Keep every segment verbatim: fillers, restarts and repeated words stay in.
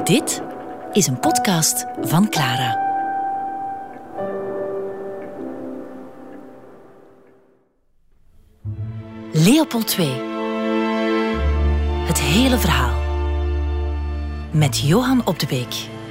Dit is een podcast van Clara. Leopold twee. Het hele verhaal. Met Johan Op de Beek.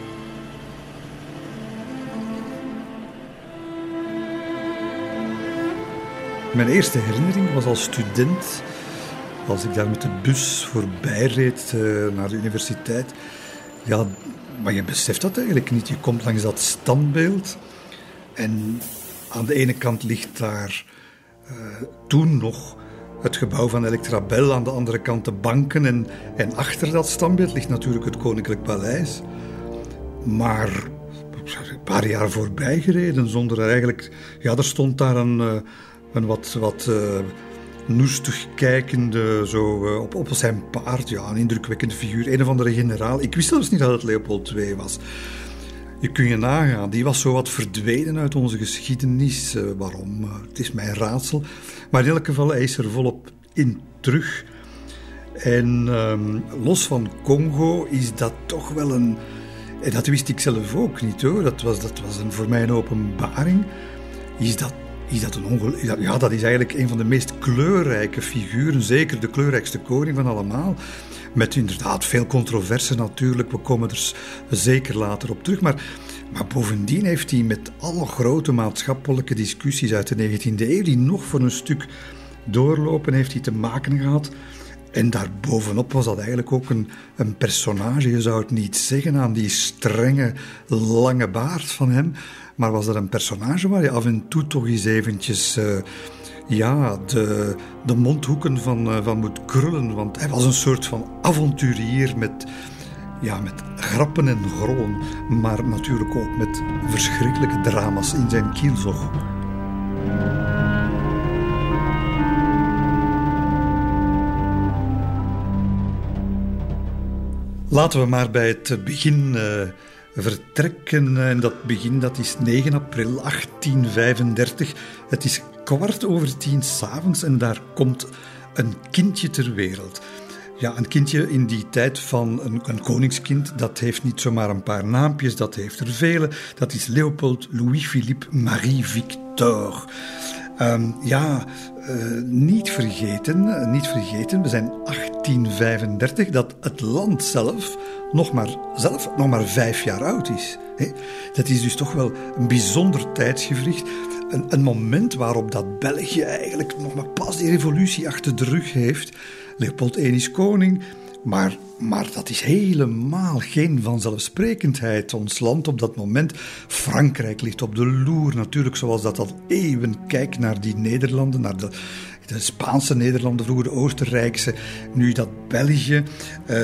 Mijn eerste herinnering was als student, als ik daar met de bus voorbij reed uh, naar de universiteit. Ja, maar je beseft dat eigenlijk niet. Je komt langs dat standbeeld en aan de ene kant ligt daar uh, toen nog het gebouw van Electrabel, aan de andere kant de banken en, en achter dat standbeeld ligt natuurlijk het Koninklijk Paleis. Maar een paar jaar voorbij gereden zonder er eigenlijk... Ja, er stond daar een... Uh, Een wat, wat uh, noestig kijkende, zo uh, op, op zijn paard. Ja, een indrukwekkende figuur. Een of andere generaal. Ik wist zelfs niet dat het Leopold twee was. Je kunt je nagaan. Die was zo wat verdwenen uit onze geschiedenis. Uh, waarom? Uh, het is mijn raadsel. Maar in elk geval, hij is er volop in terug. En um, los van Congo is dat toch wel een... En dat wist ik zelf ook niet, hoor. Dat was, dat was een, voor mij een openbaring. Is dat Is dat een ongeluk? Ja, dat is eigenlijk een van de meest kleurrijke figuren, zeker de kleurrijkste koning van allemaal. Met inderdaad veel controverse natuurlijk, we komen er zeker later op terug. Maar, maar bovendien heeft hij met alle grote maatschappelijke discussies uit de negentiende eeuw, die nog voor een stuk doorlopen, heeft hij te maken gehad. En daarbovenop was dat eigenlijk ook een, een personage, je zou het niet zeggen aan die strenge, lange baard van hem. Maar was dat een personage waar je af en toe toch eens eventjes uh, ja, de, de mondhoeken van, uh, van moet krullen. Want hij was een soort van avonturier met, ja, met grappen en grollen. Maar natuurlijk ook met verschrikkelijke drama's in zijn kielzog. Laten we maar bij het begin... Uh, vertrekken. En dat begin, dat is negen april achttien vijfendertig. Het is kwart over tien 's avonds en daar komt een kindje ter wereld. Ja, een kindje in die tijd van een, een koningskind, dat heeft niet zomaar een paar naampjes, dat heeft er vele. Dat is Leopold Louis-Philippe Marie Victor. Um, ja, uh, niet vergeten, niet vergeten, we zijn achttien vijfendertig, dat het land zelf nog maar, zelf nog maar vijf jaar oud is. He, dat is dus toch wel een bijzonder tijdsgevricht. Een, een moment waarop dat België eigenlijk nog maar pas die revolutie achter de rug heeft. Leopold één is koning, maar, maar dat is helemaal geen vanzelfsprekendheid. Ons land op dat moment, Frankrijk ligt op de loer. Natuurlijk, zoals dat al eeuwen kijkt naar die Nederlanden, naar de... De Spaanse Nederlanden, vroeger de Oostenrijkse, nu dat België, uh,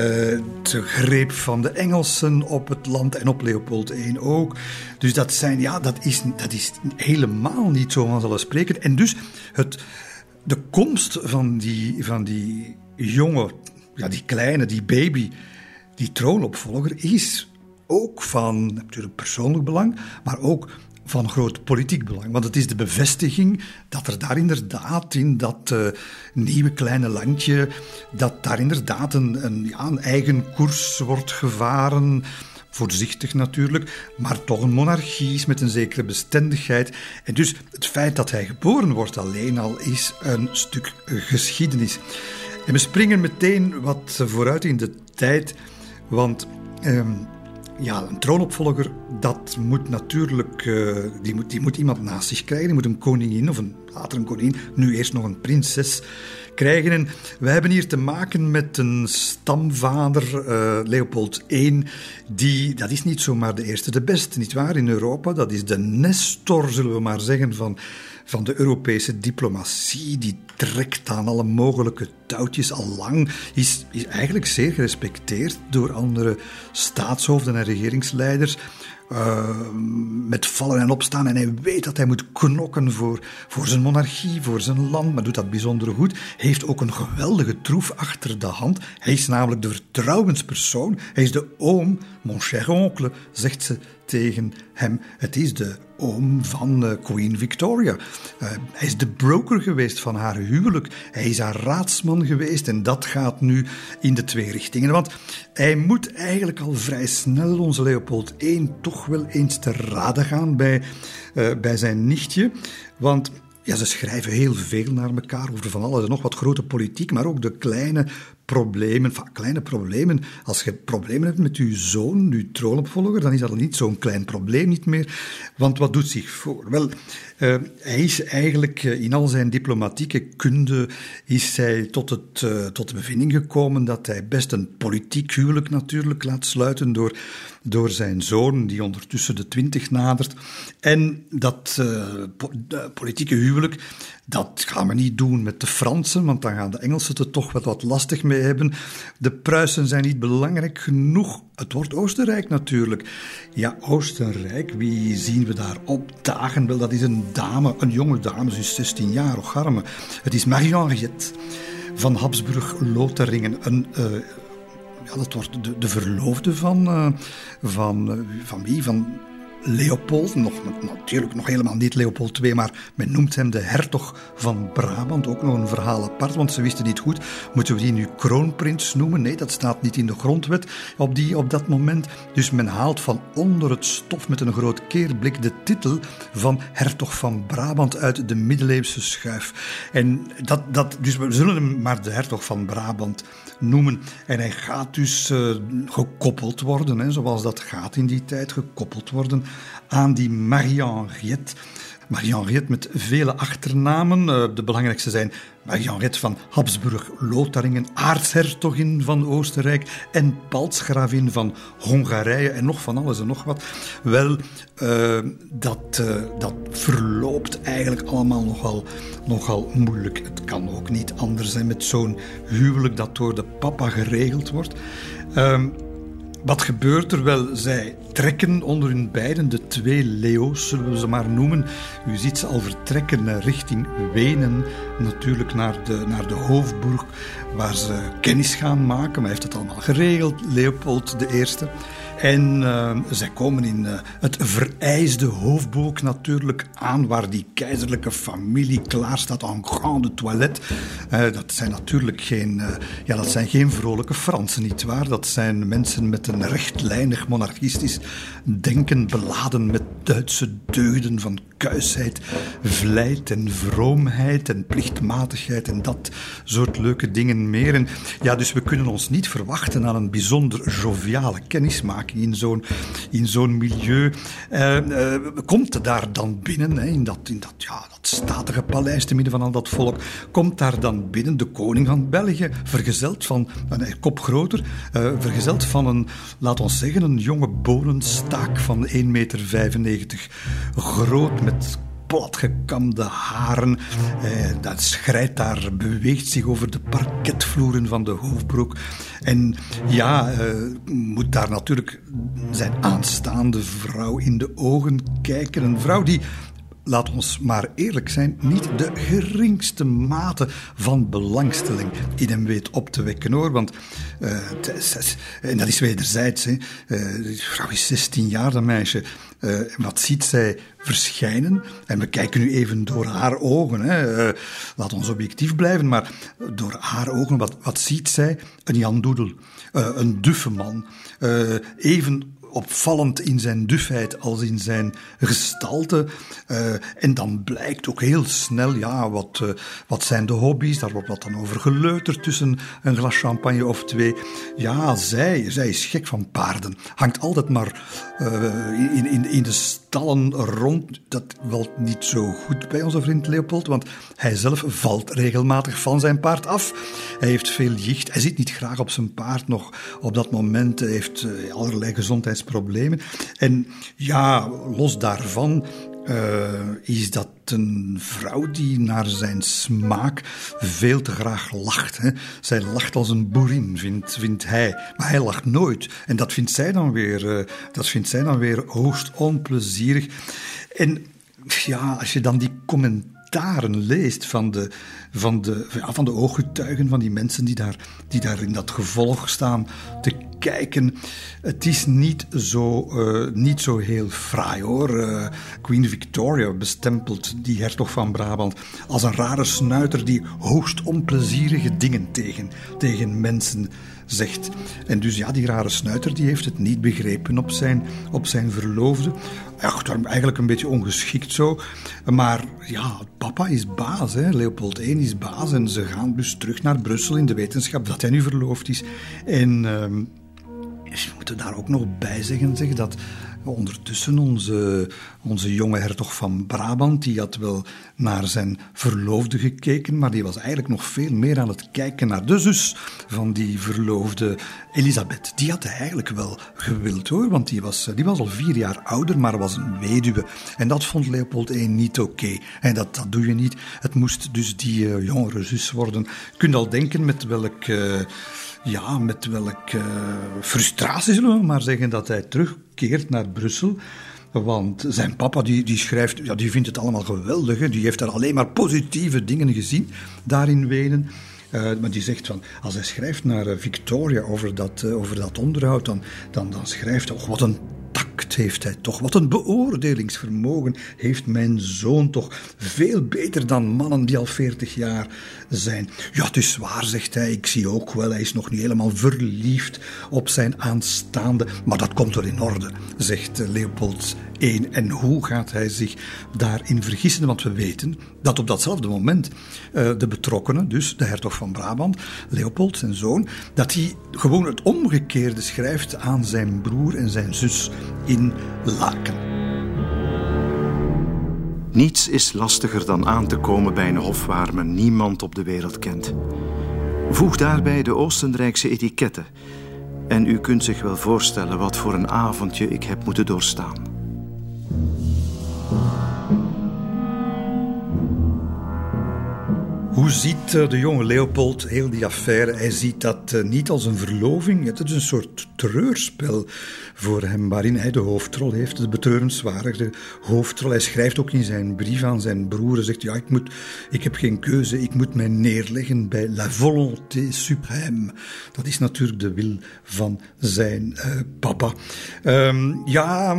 de greep van de Engelsen op het land en op Leopold één ook. Dus dat zijn, ja, dat is, dat is helemaal niet zo vanzelfsprekend. En dus het, de komst van die, van die jonge, ja, die kleine, die baby, die troonopvolger, is ook van natuurlijk persoonlijk belang, maar ook van groot politiek belang. Want het is de bevestiging dat er daar inderdaad in dat uh, nieuwe kleine landje, dat daar inderdaad een, een, ja, een eigen koers wordt gevaren. Voorzichtig natuurlijk, maar toch een monarchie is met een zekere bestendigheid. En dus het feit dat hij geboren wordt alleen al is een stuk geschiedenis. En we springen meteen wat vooruit in de tijd, want... Um, Ja, een troonopvolger, dat moet natuurlijk, uh, die, moet, die moet iemand naast zich krijgen. Die moet een koningin, of een, later een koningin, nu eerst nog een prinses krijgen. En we hebben hier te maken met een stamvader, uh, Leopold één, die, dat is niet zomaar de eerste, de beste, nietwaar, in Europa. Dat is de Nestor, zullen we maar zeggen, van... van de Europese diplomatie, die trekt aan alle mogelijke touwtjes al lang, is, is eigenlijk zeer gerespecteerd door andere staatshoofden en regeringsleiders. uh, met vallen en opstaan. En hij weet dat hij moet knokken voor, voor zijn monarchie, voor zijn land, maar doet dat bijzonder goed. Hij heeft ook een geweldige troef achter de hand. Hij is namelijk de vertrouwenspersoon. Hij is de oom, mon cher oncle, zegt ze tegen hem. Het is de oom van uh, Queen Victoria. Uh, hij is de broker geweest van haar huwelijk. Hij is haar raadsman geweest en dat gaat nu in de twee richtingen. Want hij moet eigenlijk al vrij snel, onze Leopold de Eerste, toch wel eens te raden gaan bij, uh, bij zijn nichtje. Want ja, ze schrijven heel veel naar elkaar over van alles en nog wat grote politiek, maar ook de kleine problemen, enfin, kleine problemen. Als je problemen hebt met je zoon, je troonopvolger, dan is dat niet zo'n klein probleem niet meer. Want wat doet zich voor? Wel, uh, hij is eigenlijk uh, in al zijn diplomatieke kunde is hij tot, het, uh, tot de bevinding gekomen dat hij best een politiek huwelijk natuurlijk laat sluiten door, door zijn zoon, die ondertussen de twintig nadert. En dat uh, po- politieke huwelijk, dat gaan we niet doen met de Fransen, want dan gaan de Engelsen het toch wat, wat lastig mee hebben. De Pruisen zijn niet belangrijk genoeg. Het wordt Oostenrijk natuurlijk. Ja, Oostenrijk, wie zien we daar opdagen? Wel, dat is een dame, een jonge dame, ze is zestien jaar, och arme. Het is Marie-Henriette van Habsburg-Lotharingen, een... Uh, ja, dat wordt de, de verloofde van, uh, van, uh, van wie? Van Leopold, nog, natuurlijk nog helemaal niet Leopold de Tweede, maar men noemt hem de hertog van Brabant. Ook nog een verhaal apart, want ze wisten niet goed. Moeten we die nu kroonprins noemen? Nee, dat staat niet in de grondwet op, die, op dat moment. Dus men haalt van onder het stof met een groot keerblik de titel van hertog van Brabant uit de middeleeuwse schuif. En dat, dat, dus we zullen hem maar de hertog van Brabant noemen. En hij gaat dus uh, gekoppeld worden, hè, zoals dat gaat in die tijd, gekoppeld worden aan die Marie-Henriette. Marie-Henriette met vele achternamen. De belangrijkste zijn Marie-Henriette van Habsburg-Lotharingen, aartshertogin van Oostenrijk en paltsgravin van Hongarije en nog van alles en nog wat. Wel, uh, dat, uh, dat verloopt eigenlijk allemaal nogal, nogal moeilijk. Het kan ook niet anders zijn met zo'n huwelijk dat door de papa geregeld wordt. Uh, Wat gebeurt er wel? Zij trekken onder hun beiden, de twee Leo's, zullen we ze maar noemen. U ziet ze al vertrekken richting Wenen, natuurlijk naar de, naar de hoofdburg, waar ze kennis gaan maken. Maar hij heeft het allemaal geregeld, Leopold de Eerste. En uh, zij komen in uh, het vereisde hoofdburg natuurlijk aan, waar die keizerlijke familie klaar staat en grande toilette. Uh, dat zijn natuurlijk geen, uh, ja, dat zijn geen vrolijke Fransen, nietwaar? Dat zijn mensen met een rechtlijnig monarchistisch denken, beladen met Duitse deugden van kuisheid, vlijt en vroomheid en plichtmatigheid en dat soort leuke dingen meer. En ja, dus we kunnen ons niet verwachten aan een bijzonder joviale kennismaking in zo'n, in zo'n milieu. Uh, uh, komt daar dan binnen, hè, in, dat, in dat, ja, dat statige paleis te midden van al dat volk, komt daar dan binnen de koning van België, vergezeld van, een kop groter, uh, vergezeld van een, laat ons zeggen, een jonge bonenstaak van één komma vijfennegentig meter groot, met platgekamde haren. Eh, dat schrijt daar, beweegt zich over de parketvloeren van de hoofdbroek. En ja, eh, moet daar natuurlijk zijn aanstaande vrouw in de ogen kijken. Een vrouw die, laat ons maar eerlijk zijn, niet de geringste mate van belangstelling in hem weet op te wekken, hoor. Want, uh, en dat is wederzijds, hè. Uh, die vrouw is zestien jaar, dat meisje. Uh, wat ziet zij verschijnen? En we kijken nu even door haar ogen, hè. Uh, laat ons objectief blijven, maar door haar ogen, wat, wat ziet zij? Een Jan Doedel, uh, een duffe man, uh, even opvallend in zijn dufheid als in zijn gestalte. Uh, en dan blijkt ook heel snel, ja, wat, uh, wat zijn de hobby's? Daar wordt wat dan over geleuterd tussen een glas champagne of twee. Ja, zij, zij is gek van paarden. Hangt altijd maar uh, in, in, in de stallen rond. Dat valt niet zo goed bij onze vriend Leopold, want hij zelf valt regelmatig van zijn paard af. Hij heeft veel jicht. Hij zit niet graag op zijn paard nog op dat moment. Hij heeft uh, allerlei gezondheidsproblemen. En ja, los daarvan uh, is dat een vrouw die naar zijn smaak veel te graag lacht. Hè. Zij lacht als een boerin, vindt, vindt hij. Maar hij lacht nooit. En dat vindt zij dan weer, uh, dat vindt zij dan weer hoogst onplezierig. En ja, als je dan die commentaren leest van de, van de, ja, van de ooggetuigen, van die mensen die daar, die daar in dat gevolg staan te kijken. Het is niet zo, uh, niet zo heel fraai, hoor. Uh, Queen Victoria bestempelt die hertog van Brabant als een rare snuiter die hoogst onplezierige dingen tegen, tegen mensen zegt. En dus ja, die rare snuiter die heeft het niet begrepen op zijn, op zijn verloofde. Ach, eigenlijk een beetje ongeschikt zo. Maar ja, papa is baas, hè. Leopold de Eerste is baas. En ze gaan dus terug naar Brussel in de wetenschap dat hij nu verloofd is. En uh, we moeten daar ook nog bij zeggen, zeg, dat ondertussen onze, onze jonge hertog van Brabant, die had wel naar zijn verloofde gekeken, maar die was eigenlijk nog veel meer aan het kijken naar de zus van die verloofde, Elisabeth. Die had hij eigenlijk wel gewild, hoor, want die was, die was al vier jaar ouder, maar was een weduwe. En dat vond Leopold de Eerste niet oké. Okay. En dat, dat doe je niet. Het moest dus die uh, jongere zus worden. Je kunt al denken met welk... Uh, Ja, met welke uh, frustratie, zullen we maar zeggen, dat hij terugkeert naar Brussel. Want zijn papa die, die schrijft, ja, die vindt het allemaal geweldig. Hè. Die heeft daar alleen maar positieve dingen gezien, daar in Wenen. Uh, maar die zegt van, als hij schrijft naar uh, Victoria over dat, uh, over dat onderhoud, dan, dan, dan schrijft hij, oh, wat een tact heeft hij toch, wat een beoordelingsvermogen heeft mijn zoon toch, veel beter dan mannen die al veertig jaar zijn. Ja, het is waar, zegt hij, ik zie ook wel, hij is nog niet helemaal verliefd op zijn aanstaande, maar dat komt wel in orde, zegt uh, Leopold de Eerste. En hoe gaat hij zich daarin vergissen? Want we weten dat op datzelfde moment uh, de betrokkenen, dus de hertog van Brabant, Leopold, zijn zoon, dat hij gewoon het omgekeerde schrijft aan zijn broer en zijn zus in Laken. Niets is lastiger dan aan te komen bij een hof waar men niemand op de wereld kent. Voeg daarbij de Oostenrijkse etiketten en u kunt zich wel voorstellen wat voor een avondje ik heb moeten doorstaan. Hoe ziet de jonge Leopold heel die affaire? Hij ziet dat uh, niet als een verloving. Het is een soort treurspel voor hem, waarin hij de hoofdrol heeft, de betreurenswaardige hoofdrol. Hij schrijft ook in zijn brief aan zijn broer, hij zegt, ja, ik, moet, ik heb geen keuze, ik moet mij neerleggen bij la volonté suprême. Dat is natuurlijk de wil van zijn uh, papa. Um, ja...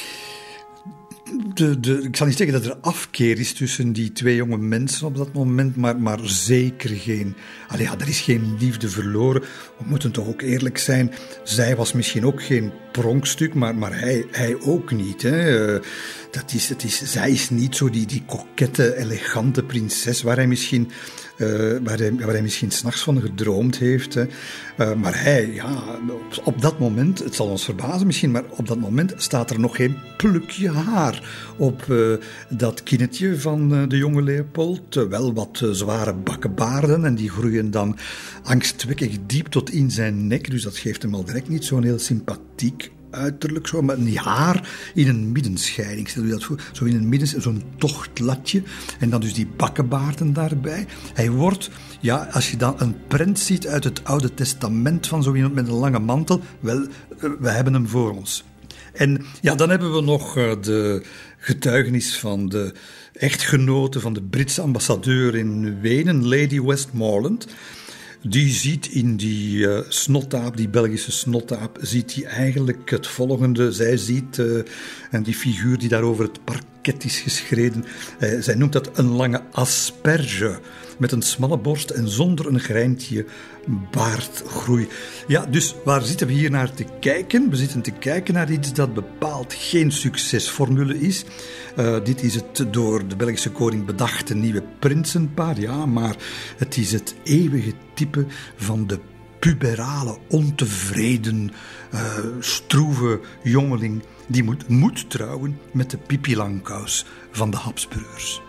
De, de, ik zal niet zeggen dat er afkeer is tussen die twee jonge mensen op dat moment, maar, maar zeker geen... Allee, ja, er is geen liefde verloren. We moeten toch ook eerlijk zijn. Zij was misschien ook geen pronkstuk, maar, maar hij, hij ook niet. Hè. Uh, dat is, het is, zij is niet zo die, die kokette, elegante prinses waar hij misschien... Uh, waar, hij, waar hij misschien 's nachts van gedroomd heeft. Hè. Uh, maar hij, ja, op, op dat moment, het zal ons verbazen misschien, maar op dat moment staat er nog geen plukje haar op uh, dat kinnetje van uh, de jonge Leopold. Uh, wel wat uh, zware bakkenbaarden en die groeien dan angstwekkig diep tot in zijn nek. Dus dat geeft hem al direct niet zo'n heel sympathiek uiterlijk, zo, met een haar in een middenscheiding. Stel je dat voor? Zo in een midden, zo'n tochtlatje. En dan dus die bakkenbaarden daarbij. Hij wordt, ja, als je dan een prent ziet uit het Oude Testament van zo iemand met een lange mantel, wel, we hebben hem voor ons. En ja, dan hebben we nog de getuigenis van de echtgenote van de Britse ambassadeur in Wenen, Lady Westmoreland. Die ziet in die uh, snottaap, die Belgische snottaap, ziet hij eigenlijk het volgende. Zij ziet, uh, en die figuur die daar over het parket is geschreden, uh, zij noemt dat een lange asperge, met een smalle borst en zonder een greintje baardgroei. Ja, dus waar zitten we hier naar te kijken? We zitten te kijken naar iets dat bepaald geen succesformule is. Uh, dit is het door de Belgische koning bedachte nieuwe prinsenpaar, ja, maar het is het eeuwige type van de puberale, ontevreden, uh, stroeve jongeling die moet, moet trouwen met de Pipi Langkous van de Habsburgers.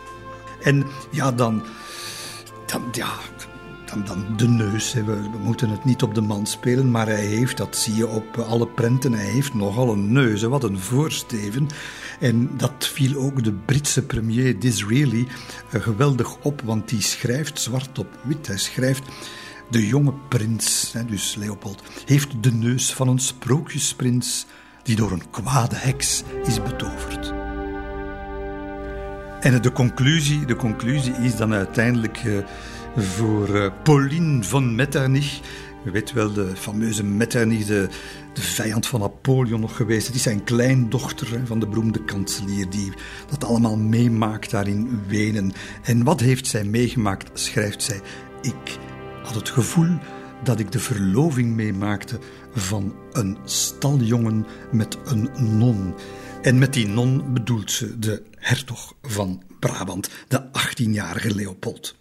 En ja, dan... dan ja... Dan, dan de neus, hè. We, we moeten het niet op de man spelen, maar hij heeft, dat zie je op alle prenten, hij heeft nogal een neus, hè. Wat een voorsteven. En dat viel ook de Britse premier Disraeli geweldig op, want die schrijft zwart op wit. Hij schrijft: de jonge prins, dus Leopold, heeft de neus van een sprookjesprins die door een kwade heks is betoverd. En de conclusie, de conclusie is dan uiteindelijk uh, voor uh, Pauline von Metternich. Je weet wel, de fameuze Metternich, de, de vijand van Napoleon nog geweest. Het is zijn kleindochter hè, van de beroemde kanselier die dat allemaal meemaakt daar in Wenen. En wat heeft zij meegemaakt, schrijft zij: ik had het gevoel dat ik de verloving meemaakte van een staljongen met een non. En met die non bedoelt ze de hertog van Brabant, de achttienjarige Leopold.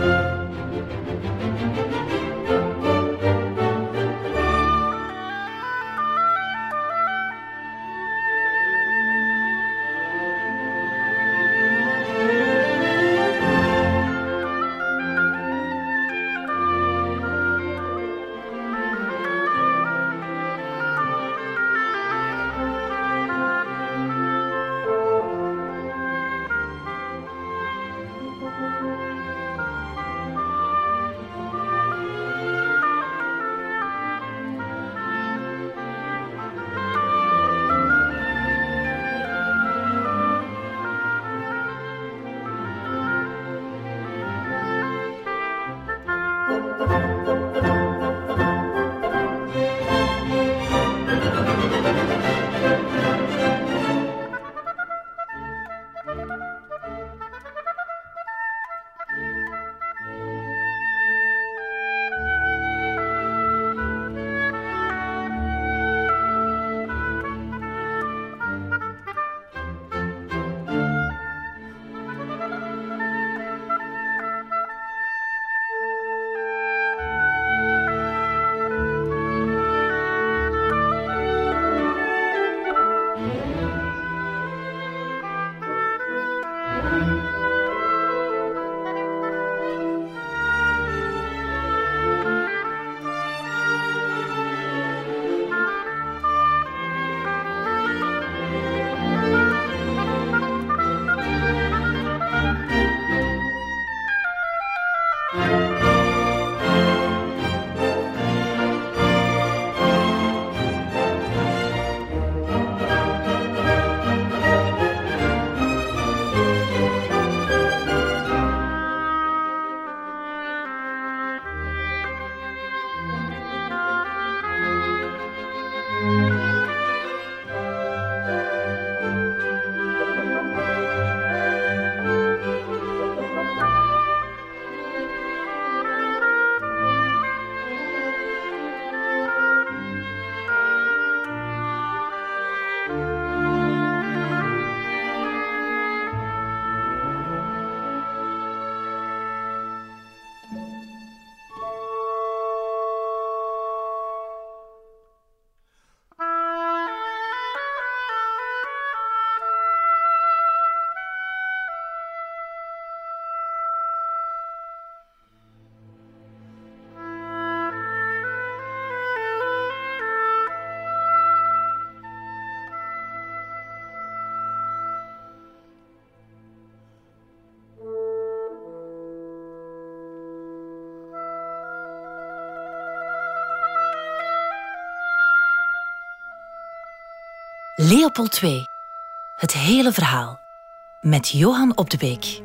Leopold twee. Het hele verhaal. Met Johan Op de Beek.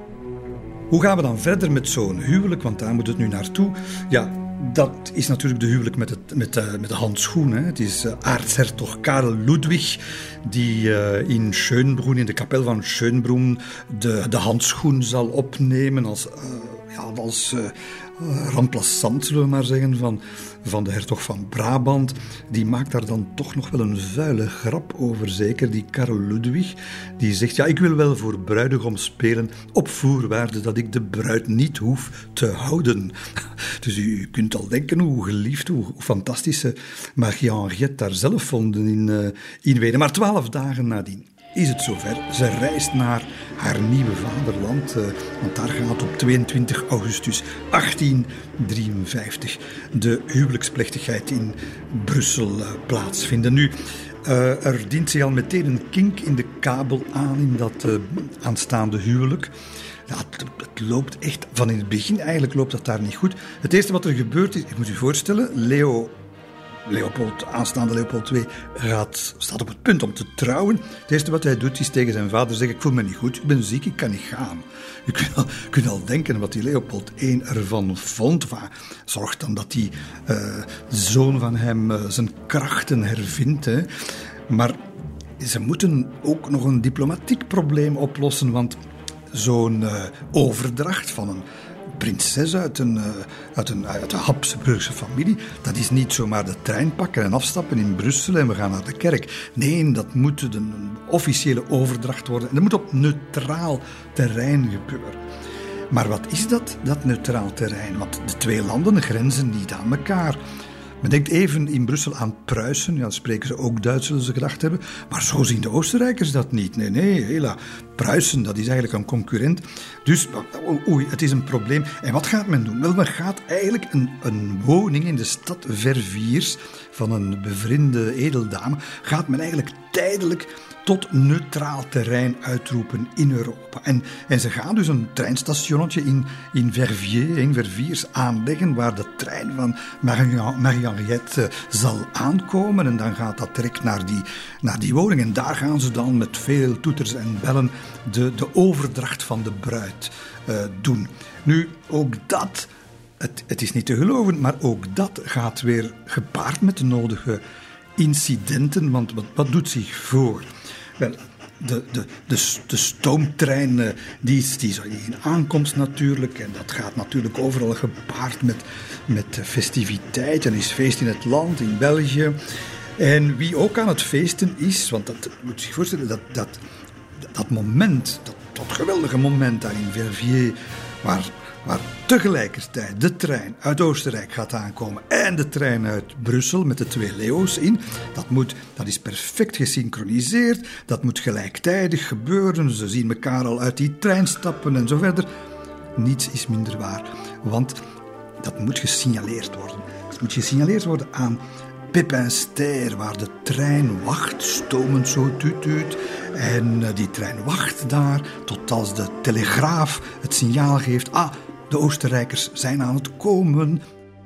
Hoe gaan we dan verder met zo'n huwelijk? Want daar moet het nu naartoe. Ja, dat is natuurlijk de huwelijk met, het, met, de, met de handschoen. Hè. Het is uh, aartshertog Karel Ludwig die uh, in Schönbrunn, in de kapel van Schönbrunn, de, de handschoen zal opnemen als, uh, ja, als uh, remplaçant, zullen we maar zeggen, van, van de hertog van Brabant. Die maakt daar dan toch nog wel een vuile grap over, zeker, die Karel Ludwig. Die zegt, ja, ik wil wel voor bruidegom spelen op voorwaarde dat ik de bruid niet hoef te houden. Dus u, u kunt al denken hoe geliefd, hoe, hoe fantastische Marie-Henriette daar zelf vonden in, uh, in Wenen. Maar twaalf dagen nadien is het zover. Ze reist naar haar nieuwe vaderland, uh, want daar gaat op tweeëntwintig augustus achttien drieënvijftig de huwelijksplechtigheid in Brussel uh, plaatsvinden. Nu, Uh, er dient zich al meteen een kink in de kabel aan in dat uh, aanstaande huwelijk. Ja, het, het loopt echt, van in het begin eigenlijk loopt dat daar niet goed. Het eerste wat er gebeurt is, ik moet u voorstellen, Leo... Leopold, aanstaande Leopold de Tweede, gaat, staat op het punt om te trouwen. Het eerste wat hij doet is tegen zijn vader zeggen: ik voel me niet goed, ik ben ziek, ik kan niet gaan. Je kunt al, kunt al denken wat die Leopold de Eerste ervan vond. Enfin, zorgt dan dat die uh, zoon van hem uh, zijn krachten hervindt. Hè. Maar ze moeten ook nog een diplomatiek probleem oplossen, want zo'n uh, overdracht van een prinses uit een, uh, uit een, uit een Habsburgse familie, dat is niet zomaar de trein pakken en afstappen in Brussel en we gaan naar de kerk. Nee, dat moet een officiële overdracht worden en dat moet op neutraal terrein gebeuren. Maar wat is dat, dat neutraal terrein? Want de twee landen grenzen niet aan elkaar. Men denkt even in Brussel aan Pruisen. Ja, dan spreken ze ook Duits, zullen ze gedacht hebben. Maar zo zien de Oostenrijkers dat niet. Nee, nee, hela. Pruisen, dat is eigenlijk een concurrent. Dus, oei, het is een probleem. En wat gaat men doen? Wel, men gaat eigenlijk een, een woning in de stad Verviers van een bevriende edeldame, gaat men eigenlijk tijdelijk tot neutraal terrein uitroepen in Europa. En, en ze gaan dus een treinstationnetje in, in Verviers, in Verviers aanleggen, waar de trein van Marie-Henriette uh, zal aankomen. En dan gaat dat direct naar die, naar die woning. En daar gaan ze dan met veel toeters en bellen de, de overdracht van de bruid uh, doen. Nu, ook dat, het, het is niet te geloven, maar ook dat gaat weer gepaard met de nodige incidenten. Want wat, wat doet zich voor? Wel, de, de, de, de stoomtrein uh, die is, die is in aankomst natuurlijk. En dat gaat natuurlijk overal gepaard met, met festiviteit. Er is feest in het land, in België. En wie ook aan het feesten is, want dat moet je zich voorstellen, dat, dat, dat moment, dat, dat geweldige moment daar in Verviers, waar, waar tegelijkertijd de trein uit Oostenrijk gaat aankomen en de trein uit Brussel met de twee Leo's in, dat, moet, dat is perfect gesynchroniseerd, dat moet gelijktijdig gebeuren, ze zien elkaar al uit die trein stappen en zo verder. Niets is minder waar, want dat moet gesignaleerd worden. Het moet gesignaleerd worden aan Pepin-Ster, waar de trein wacht, stomend zo tuut-tuut. En die trein wacht daar tot als de telegraaf het signaal geeft: ah, de Oostenrijkers zijn aan het komen.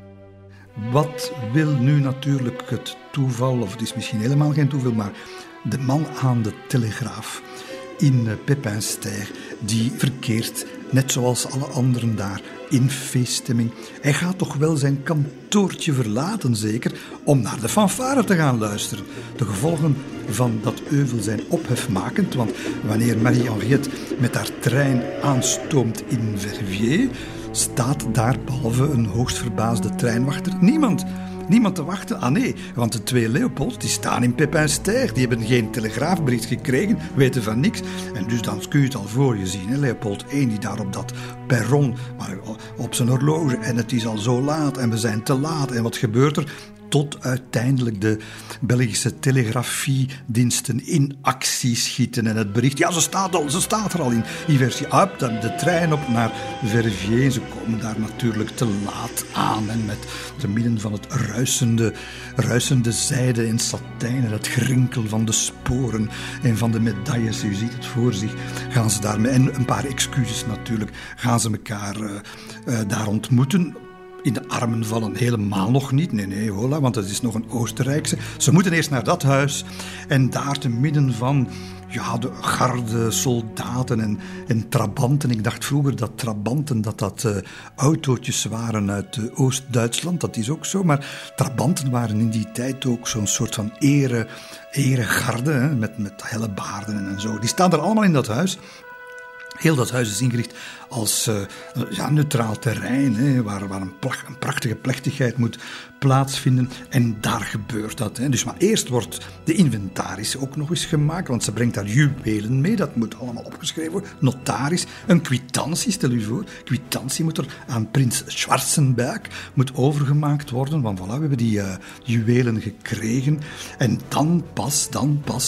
Wat wil nu natuurlijk het toeval, of het is misschien helemaal geen toeval, maar de man aan de telegraaf in Pepin-Ster, die verkeert, net zoals alle anderen daar, in feeststemming. Hij gaat toch wel zijn kantoortje verlaten, zeker, om naar de fanfare te gaan luisteren. De gevolgen van dat euvel zijn ophefmakend, want wanneer Marie-Henriette met haar trein aanstoomt in Verviers, staat daar behalve een hoogst verbaasde treinwachter niemand. Niemand te wachten? Ah nee, want de twee Leopolds die staan in Pepin-Ster. Die hebben geen telegraafbrief gekregen, weten van niks. En dus dan kun je het al voor je zien. Hè? Leopold de Eerste die daar op dat perron, maar op zijn horloge. En het is al zo laat en we zijn te laat. En wat gebeurt er? Tot uiteindelijk de Belgische telegrafiediensten in actie schieten. En het bericht, ja, ze staat, al, ze staat er al in. In versie up, dan de trein op naar Verviers. Ze komen daar natuurlijk te laat aan. En met te midden van het ruisende, ruisende zijde en satijn en het gerinkel van de sporen en van de medailles, u ziet het voor zich, gaan ze daarmee, en een paar excuses natuurlijk, gaan ze elkaar uh, uh, daar ontmoeten. In de armen vallen helemaal nog niet. Nee, nee, hola, want het is nog een Oostenrijkse. Ze moeten eerst naar dat huis. En daar te midden van ja, de garde, soldaten en, en trabanten. Ik dacht vroeger dat trabanten dat dat uh, autootjes waren uit uh, Oost-Duitsland. Dat is ook zo. Maar trabanten waren in die tijd ook zo'n soort van ere, eregarde. Hè, met, met hellebaarden en zo. Die staan er allemaal in dat huis. Heel dat huis is ingericht als uh, ja, neutraal terrein, hè, waar, waar een, plach, een prachtige plechtigheid moet plaatsvinden. En daar gebeurt dat. Hè. Dus maar eerst wordt de inventaris ook nog eens gemaakt, want ze brengt daar juwelen mee. Dat moet allemaal opgeschreven worden. Notaris, een kwitantie, stel u voor. Kwitantie moet er aan prins Schwarzenberg moet overgemaakt worden. Want voilà, we hebben die uh, juwelen gekregen. En dan pas, dan pas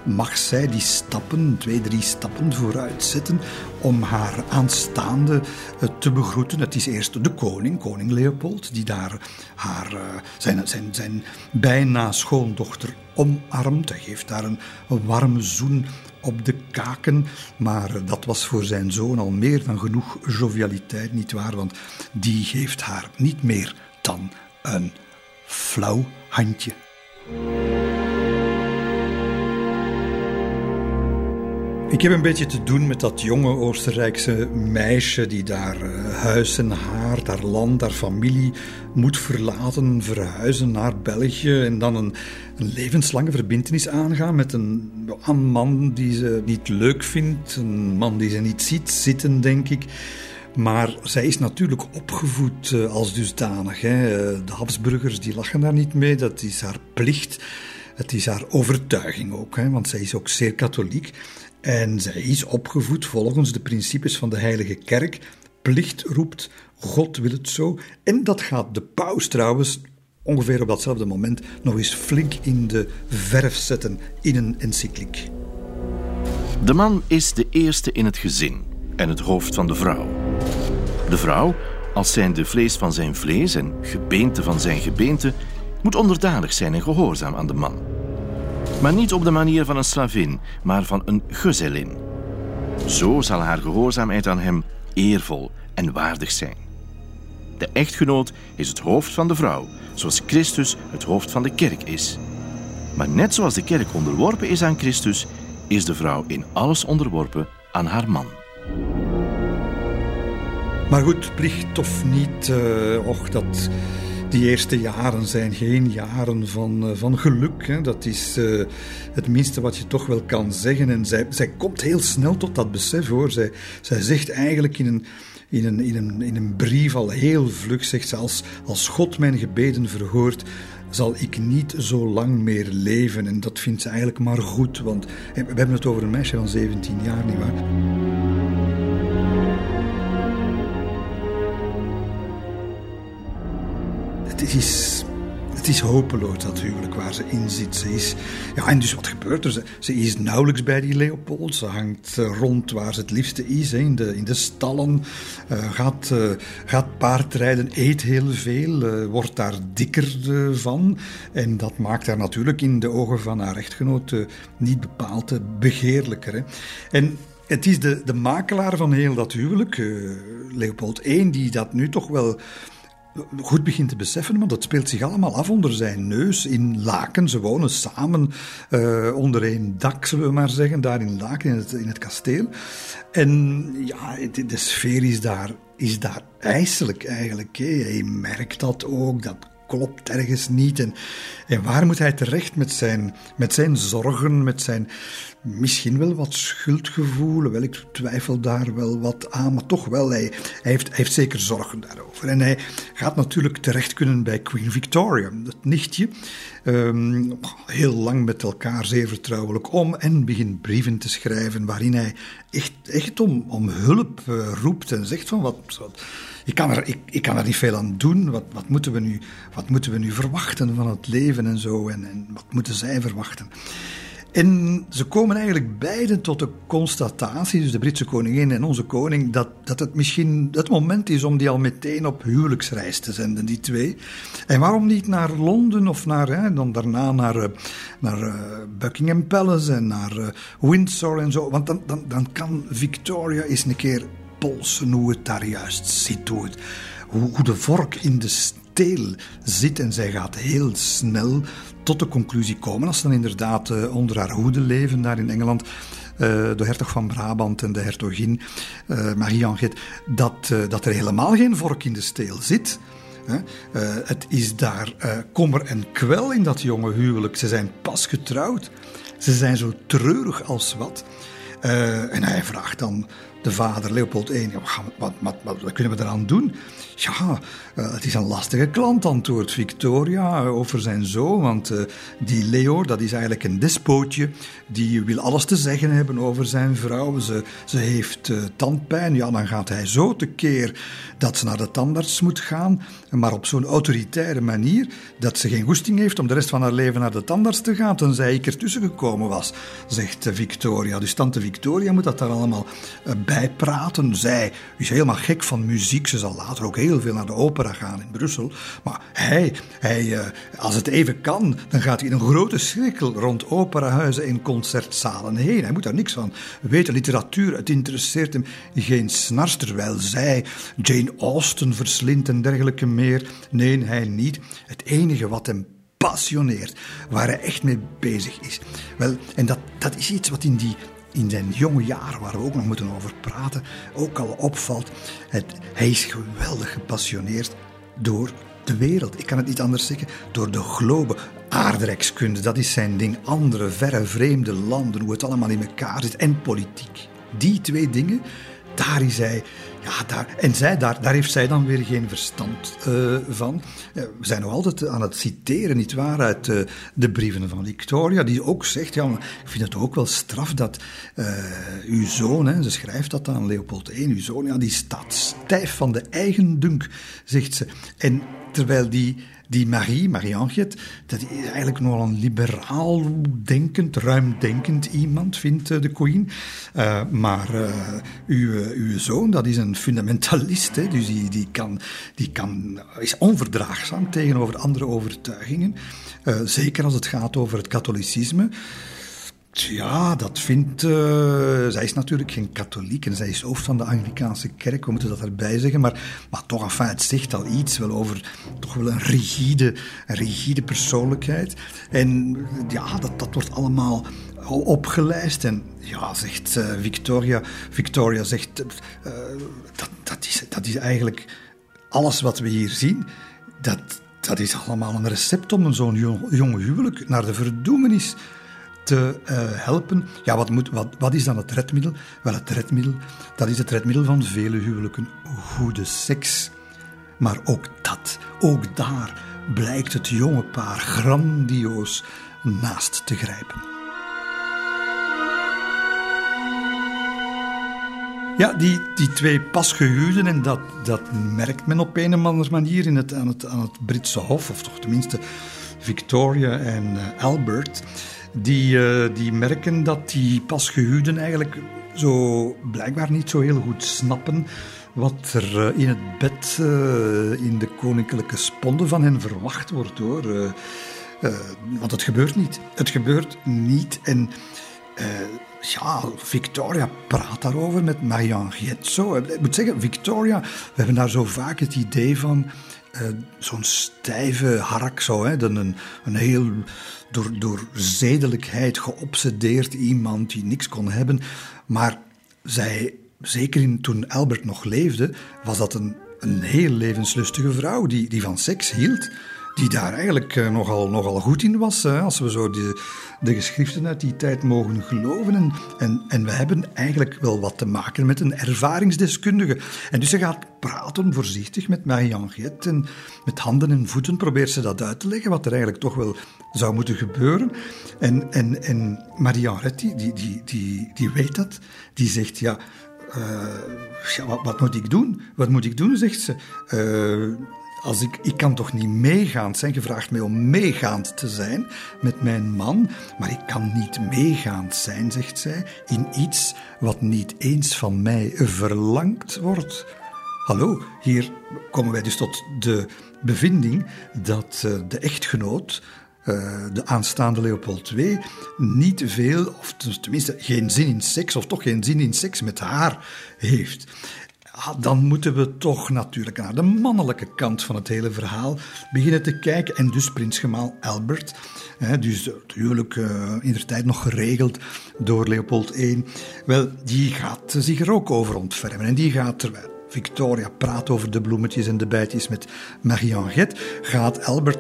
mag zij die stappen, twee, drie stappen vooruit zetten om haar aanstaande te begroeten. Het is eerst de koning, koning Leopold, die daar haar, zijn, zijn, zijn bijna schoondochter omarmt. Hij geeft daar een, een warme zoen op de kaken, maar dat was voor zijn zoon al meer dan genoeg jovialiteit, nietwaar? Want die geeft haar niet meer dan een flauw handje. Ik heb een beetje te doen met dat jonge Oostenrijkse meisje die daar huis en haar, haar land, haar familie moet verlaten, verhuizen naar België en dan een, een levenslange verbintenis aangaan met een, een man die ze niet leuk vindt, een man die ze niet ziet zitten, denk ik. Maar zij is natuurlijk opgevoed als dusdanig. Hè. De Habsburgers die lachen daar niet mee, dat is haar plicht. Het is haar overtuiging ook, hè, want zij is ook zeer katholiek. En zij is opgevoed volgens de principes van de Heilige Kerk. Plicht roept, God wil het zo. En dat gaat de paus trouwens ongeveer op datzelfde moment nog eens flink in de verf zetten in een encycliek. De man is de eerste in het gezin en het hoofd van de vrouw. De vrouw, als zijnde vlees van zijn vlees en gebeente van zijn gebeente, moet onderdanig zijn en gehoorzaam aan de man. Maar niet op de manier van een slavin, maar van een gezellin. Zo zal haar gehoorzaamheid aan hem eervol en waardig zijn. De echtgenoot is het hoofd van de vrouw, zoals Christus het hoofd van de kerk is. Maar net zoals de kerk onderworpen is aan Christus, is de vrouw in alles onderworpen aan haar man. Maar goed, plicht of niet, uh, och, dat... Die eerste jaren zijn geen jaren van, uh, van geluk. Hè. Dat is uh, het minste wat je toch wel kan zeggen. En zij, zij komt heel snel tot dat besef, hoor. Zij, zij zegt eigenlijk in een, in, een, in, een, in een brief al heel vlug, zegt ze, als, als God mijn gebeden verhoort, zal ik niet zo lang meer leven. En dat vindt ze eigenlijk maar goed. Want we hebben het over een meisje van zeventien jaar, nietwaar? Het is, het is hopeloos, dat huwelijk waar ze in zit. Ze is, ja, en dus wat gebeurt er? Ze, ze is nauwelijks bij die Leopold. Ze hangt rond waar ze het liefste is, in de, in de stallen. Uh, gaat, uh, gaat paardrijden, eet heel veel, uh, wordt daar dikker uh, van. En dat maakt haar natuurlijk in de ogen van haar echtgenoot uh, niet bepaald uh, begeerlijker. Hè. En het is de, de makelaar van heel dat huwelijk, uh, Leopold de Eerste, die dat nu toch wel goed begint te beseffen, want dat speelt zich allemaal af onder zijn neus in Laken. Ze wonen samen uh, onder één dak, zullen we maar zeggen, daar in Laken, in het, in het kasteel. En ja, de, de sfeer is daar, is daar ijselijk eigenlijk. Hè. Hij merkt dat ook, dat klopt ergens niet. En, en waar moet hij terecht met zijn, met zijn zorgen, met zijn misschien wel wat schuldgevoel? Wel, ik twijfel daar wel wat aan, maar toch wel, hij, hij, heeft, hij heeft zeker zorgen daarover. En hij gaat natuurlijk terecht kunnen bij Queen Victoria, het nichtje. Um, heel lang met elkaar zeer vertrouwelijk om en begint brieven te schrijven waarin hij echt, echt om, om hulp uh, roept en zegt van wat... wat Ik kan, er, ik, ik kan er niet veel aan doen. Wat, wat, moeten we nu, wat moeten we nu verwachten van het leven en zo? En, en wat moeten zij verwachten? En ze komen eigenlijk beiden tot de constatatie, dus de Britse koningin en onze koning, dat, dat het misschien het moment is om die al meteen op huwelijksreis te zenden, die twee. En waarom niet naar Londen of naar, hè, dan daarna naar, naar uh, Buckingham Palace en naar uh, Windsor en zo? Want dan, dan, dan kan Victoria eens een keer polsen hoe het daar juist zit, hoe, het, hoe, hoe de vork in de steel zit. En zij gaat heel snel tot de conclusie komen, als ze dan inderdaad uh, onder haar hoede leven daar in Engeland, uh, de hertog van Brabant en de hertogin uh, Marie-Henriette, dat, uh, dat er helemaal geen vork in de steel zit. Uh, het is daar uh, kommer en kwel in dat jonge huwelijk. Ze zijn pas getrouwd. Ze zijn zo treurig als wat. Uh, en hij vraagt dan de vader, Leopold de Eerste. Ja, wat, wat, wat, wat kunnen we eraan doen? Ja, uh, het is een lastige klant, antwoordt Victoria over zijn zoon. Want uh, die Leo, dat is eigenlijk een despootje. Die wil alles te zeggen hebben over zijn vrouw. Ze, ze heeft uh, tandpijn. Ja, dan gaat hij zo tekeer dat ze naar de tandarts moet gaan. Maar op zo'n autoritaire manier dat ze geen goesting heeft om de rest van haar leven naar de tandarts te gaan. Tenzij ik ertussen gekomen was, zegt uh, Victoria. Dus tante Victoria moet dat daar allemaal uh, bijpraten. Zij is helemaal gek van muziek. Ze zal later ook heel veel naar de opera gaan in Brussel. Maar hij, hij uh, als het even kan, dan gaat hij in een grote cirkel rond operahuizen en concertzalen heen. Hij moet daar niks van weten. Literatuur, het interesseert hem geen snars, terwijl zij Jane Austen verslindt en dergelijke meer. Nee, hij niet. Het enige wat hem passioneert, waar hij echt mee bezig is. Wel, en dat, dat is iets wat in die in zijn jonge jaren, waar we ook nog moeten over praten, ook al opvalt. Het, hij is geweldig gepassioneerd door de wereld. Ik kan het niet anders zeggen. Door de globe. Aardrijkskunde, dat is zijn ding. Andere, verre, vreemde landen, hoe het allemaal in elkaar zit. En politiek. Die twee dingen, daar is hij... Ja, daar, en zij, daar, daar heeft zij dan weer geen verstand uh, van. Uh, we zijn nog altijd aan het citeren, nietwaar, uit uh, de brieven van Victoria, die ook zegt, ja, ik vind het ook wel straf dat uh, uw zoon, hè, ze schrijft dat aan Leopold de Eerste, uw zoon, ja, die staat stijf van de eigen dunk, zegt ze. En terwijl die... Die Marie, Marie-Henriette, dat is eigenlijk nogal een liberaal denkend, ruimdenkend iemand, vindt de Queen. Uh, maar uh, uw, uw zoon, dat is een fundamentalist, hè, dus die, die, kan, die kan, is onverdraagzaam tegenover andere overtuigingen. Uh, zeker als het gaat over het katholicisme. Ja, dat vindt... Uh, zij is natuurlijk geen katholiek en zij is hoofd van de Anglicaanse kerk, we moeten dat erbij zeggen, maar, maar toch, enfin, het zegt al iets wel over toch wel een rigide, een rigide persoonlijkheid. En ja, dat, dat wordt allemaal al opgelijst en ja, zegt uh, Victoria, Victoria zegt, uh, dat, dat, is, dat is eigenlijk alles wat we hier zien, dat, dat is allemaal een recept om zo'n jong, jonge huwelijk naar de verdoemenis te uh, helpen. Ja, wat, moet, wat, wat is dan het redmiddel? Wel, het redmiddel, dat is het redmiddel van vele huwelijken. Goede seks. Maar ook dat, ook daar blijkt het jonge paar grandioos naast te grijpen. Ja, die, die twee pasgehuwden, en dat, dat merkt men op een of andere manier in het, aan, het, aan het Britse Hof, of toch tenminste Victoria en uh, Albert... Die, uh, die merken dat die pasgehuwden eigenlijk zo blijkbaar niet zo heel goed snappen wat er uh, in het bed, uh, in de koninklijke sponde van hen verwacht wordt, hoor. Uh, uh, want het gebeurt niet. Het gebeurt niet. En uh, ja, Victoria praat daarover met Marie-Henriette zo. Ik moet zeggen, Victoria, we hebben daar zo vaak het idee van... Uh, zo'n stijve hark, zo, hè? Een, een heel door, door zedelijkheid geobsedeerd iemand die niks kon hebben. Maar zij, zeker in, toen Albert nog leefde, was dat een, een heel levenslustige vrouw die, die van seks hield. Die daar eigenlijk uh, nogal, nogal goed in was, hè, als we zo de, de geschriften uit die tijd mogen geloven. En, en, en we hebben eigenlijk wel wat te maken met een ervaringsdeskundige. En dus ze gaat praten voorzichtig met Marie-Henriette en met handen en voeten probeert ze dat uit te leggen, wat er eigenlijk toch wel zou moeten gebeuren. En, en, en Marie-Henriette, die, die, die, die weet dat, die zegt, ja... Uh, ja wat, wat moet ik doen? Wat moet ik doen, zegt ze. Uh, Als ik, ik kan toch niet meegaand zijn? Je vraagt mij om meegaand te zijn met mijn man, maar ik kan niet meegaand zijn, zegt zij, in iets wat niet eens van mij verlangd wordt. Hallo, hier komen wij dus tot de bevinding dat uh, de echtgenoot, uh, de aanstaande Leopold de Tweede, niet veel, of tenminste geen zin in seks, of toch geen zin in seks met haar heeft. Ja, dan moeten we toch natuurlijk naar de mannelijke kant van het hele verhaal beginnen te kijken. En dus prinsgemaal Albert, hè, dus het huwelijk uh, in de tijd nog geregeld door Leopold de Eerste, wel, die gaat zich er ook over ontfermen. En die gaat, terwijl Victoria praat over de bloemetjes en de bijtjes met Marie-Henriette, gaat Albert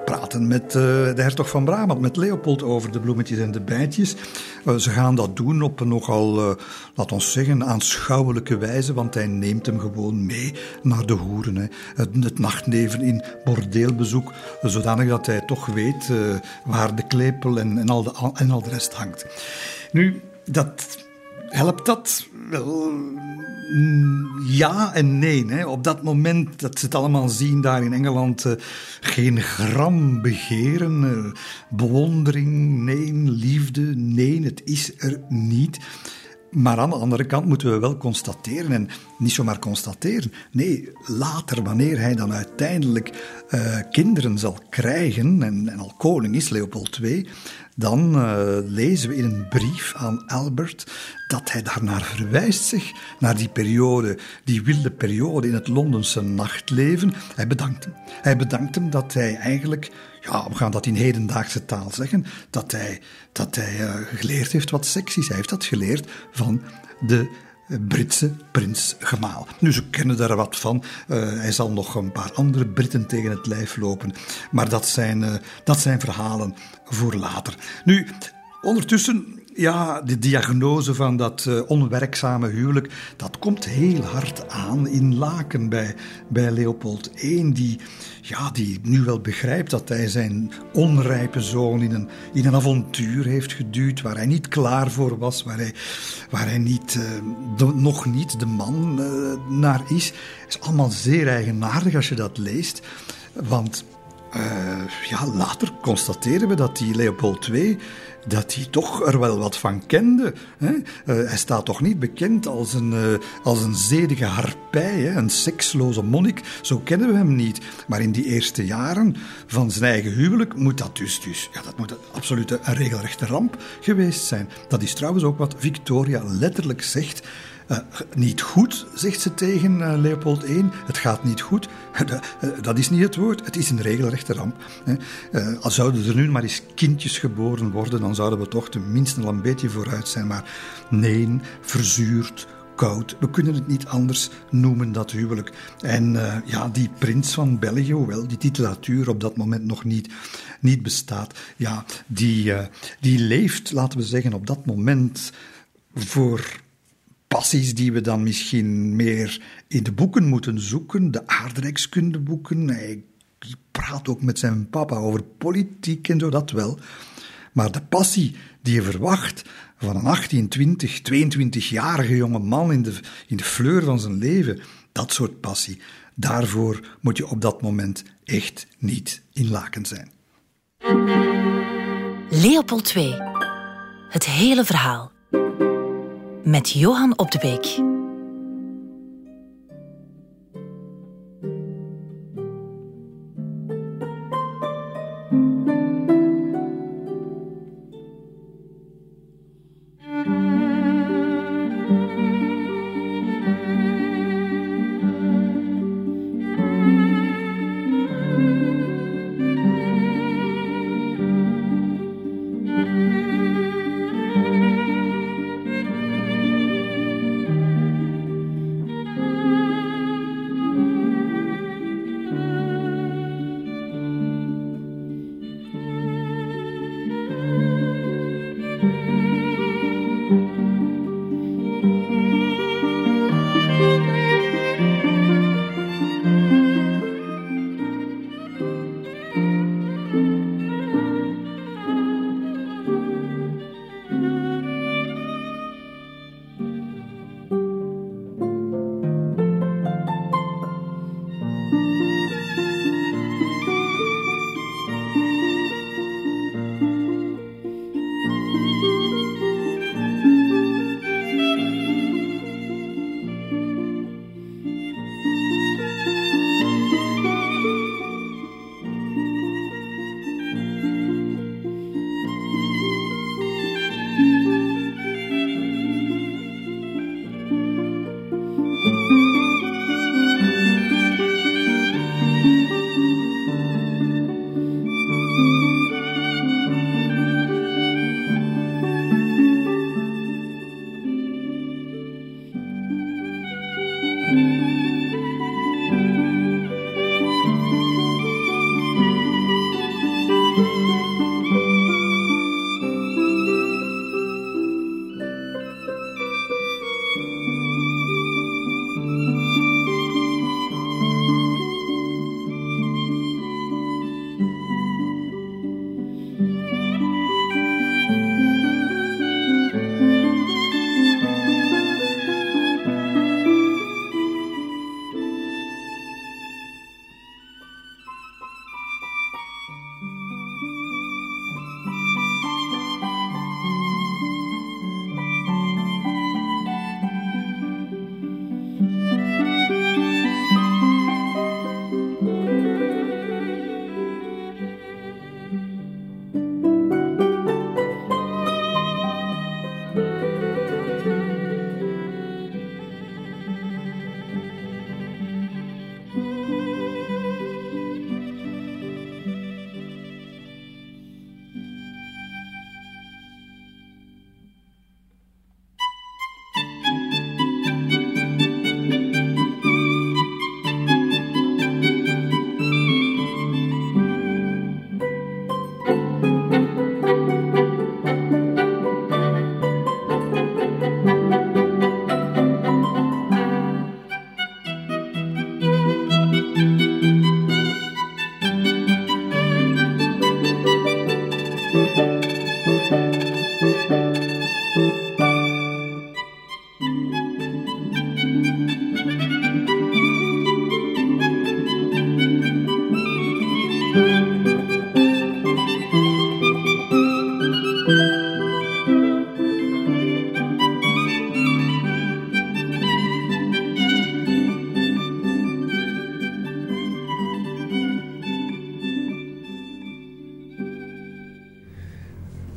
praten met uh, de hertog van Brabant, met Leopold, over de bloemetjes en de bijtjes. Uh, ze gaan dat doen op een nogal, uh, laat ons zeggen, aanschouwelijke wijze, want hij neemt hem gewoon mee naar de hoeren. Hè. Het, het nachtleven in bordeelbezoek, zodanig dat hij toch weet uh, waar de klepel en, en, al de, en al de rest hangt. Nu, dat... Helpt dat? Wel, ja en nee. Hè. Op dat moment dat ze het allemaal zien daar in Engeland, uh, geen gram begeren, uh, bewondering, nee, liefde, nee, het is er niet. Maar aan de andere kant moeten we wel constateren, en niet zomaar constateren, nee, later, wanneer hij dan uiteindelijk uh, kinderen zal krijgen en, en al koning is, Leopold de Tweede, dan uh, lezen we in een brief aan Albert dat hij daarnaar verwijst, zich naar die periode, die wilde periode in het Londense nachtleven. Hij bedankt hem. Hij bedankt hem dat hij eigenlijk, ja, we gaan dat in hedendaagse taal zeggen, dat hij, dat hij uh, geleerd heeft wat seks is. Hij heeft dat geleerd van de Britse prins-gemaal. Nu, ze kennen daar wat van. Uh, hij zal nog een paar andere Britten tegen het lijf lopen. Maar dat zijn, uh, dat zijn verhalen voor later. Nu, ondertussen... Ja, de diagnose van dat uh, onwerkzame huwelijk, dat komt heel hard aan in Laken bij, bij Leopold de Eerste, die, ja, die nu wel begrijpt dat hij zijn onrijpe zoon in een, in een avontuur heeft geduwd waar hij niet klaar voor was, waar hij, waar hij niet, uh, de, nog niet de man uh, naar is. Het is allemaal zeer eigenaardig als je dat leest, want... Uh, ja, later constateren we dat die Leopold de Tweede, dat hij toch er wel wat van kende. Hè? Uh, hij staat toch niet bekend als een, uh, als een zedige harpij, hè? Een seksloze monnik. Zo kennen we hem niet. Maar in die eerste jaren van zijn eigen huwelijk moet dat dus, dus ja, dat moet absoluut een regelrechte ramp geweest zijn. Dat is trouwens ook wat Victoria letterlijk zegt. Uh, niet goed, zegt ze tegen uh, Leopold de Eerste. Het gaat niet goed. Uh, uh, dat is niet het woord. Het is een regelrechte ramp. Uh, als zouden er nu maar eens kindjes geboren worden, dan zouden we toch tenminste al een beetje vooruit zijn. Maar nee, verzuurd, koud. We kunnen het niet anders noemen, dat huwelijk. En uh, ja, die prins van België, hoewel die titulatuur op dat moment nog niet, niet bestaat, ja, die, uh, die leeft, laten we zeggen, op dat moment voor... passies die we dan misschien meer in de boeken moeten zoeken, de aardrijkskundeboeken. Hij praat ook met zijn papa over politiek en zo, dat wel. Maar de passie die je verwacht van een achttien, twintig, tweeëntwintigjarige jonge man in de, in de fleur van zijn leven, dat soort passie, daarvoor moet je op dat moment echt niet in Laken zijn. Leopold de Tweede. Het hele verhaal. Met Johan Op de Beek.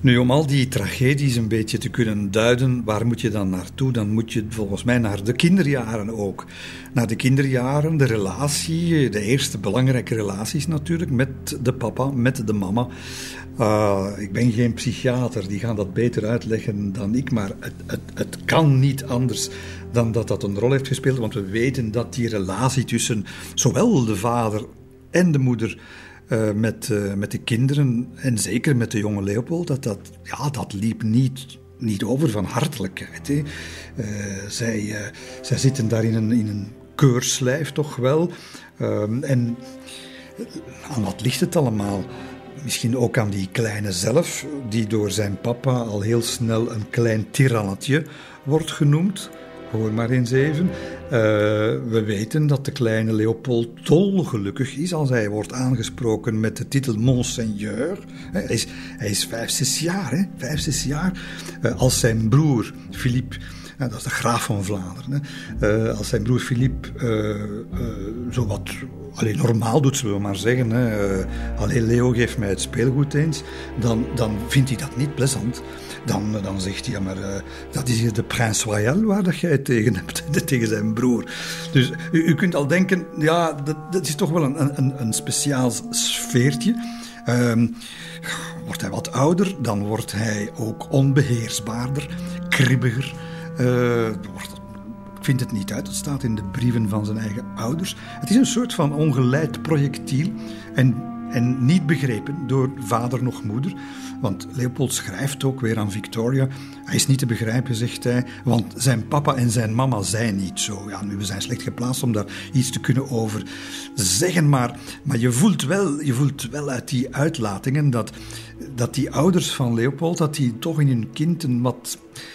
Nu, om al die tragedies een beetje te kunnen duiden, waar moet je dan naartoe? Dan moet je volgens mij naar de kinderjaren ook. Naar de kinderjaren, de relatie, de eerste belangrijke relaties natuurlijk, met de papa, met de mama. Uh, ik ben geen psychiater, die gaan dat beter uitleggen dan ik, maar het, het, het kan niet anders dan dat dat een rol heeft gespeeld, want we weten dat die relatie tussen zowel de vader en de moeder Uh, met, uh, met de kinderen, en zeker met de jonge Leopold, dat, dat, ja, dat liep niet, niet over van hartelijkheid. Hè. Uh, zij, uh, zij zitten daar in een, in een keurslijf toch wel. Uh, en aan wat ligt het allemaal? Misschien ook aan die kleine zelf, die door zijn papa al heel snel een klein tirannetje wordt genoemd. Hoor maar eens even. Uh, we weten dat de kleine Leopold dolgelukkig is als hij wordt aangesproken met de titel Monseigneur. Hij is, hij is vijf, zes jaar, hè? Vijf, zes jaar. Uh, als zijn broer Philippe, uh, dat is de graaf van Vlaanderen, hè? Uh, als zijn broer Philippe uh, uh, zo wat allee, normaal doet, zullen we maar zeggen. Hè? Uh, allee, Leo, geef mij het speelgoed eens. Dan, dan vindt hij dat niet plezant. Dan, dan zegt hij, ja, maar uh, dat is hier de Prince Royal waar dat jij tegen hebt, tegen zijn broer. Dus u, u kunt al denken, ja, dat, dat is toch wel een, een, een speciaal sfeertje. Um, wordt hij wat ouder, dan wordt hij ook onbeheersbaarder, kribbiger. Uh, wordt, ik vind het niet uit, het staat in de brieven van zijn eigen ouders. Het is een soort van ongeleid projectiel en, en niet begrepen door vader noch moeder. Want Leopold schrijft ook weer aan Victoria. Hij is niet te begrijpen, zegt hij, want zijn papa en zijn mama zijn niet zo. Ja, nu, we zijn slecht geplaatst om daar iets te kunnen over zeggen, maar, maar je, voelt wel, je voelt wel uit die uitlatingen dat, dat die ouders van Leopold, dat die toch in hun kind een wat,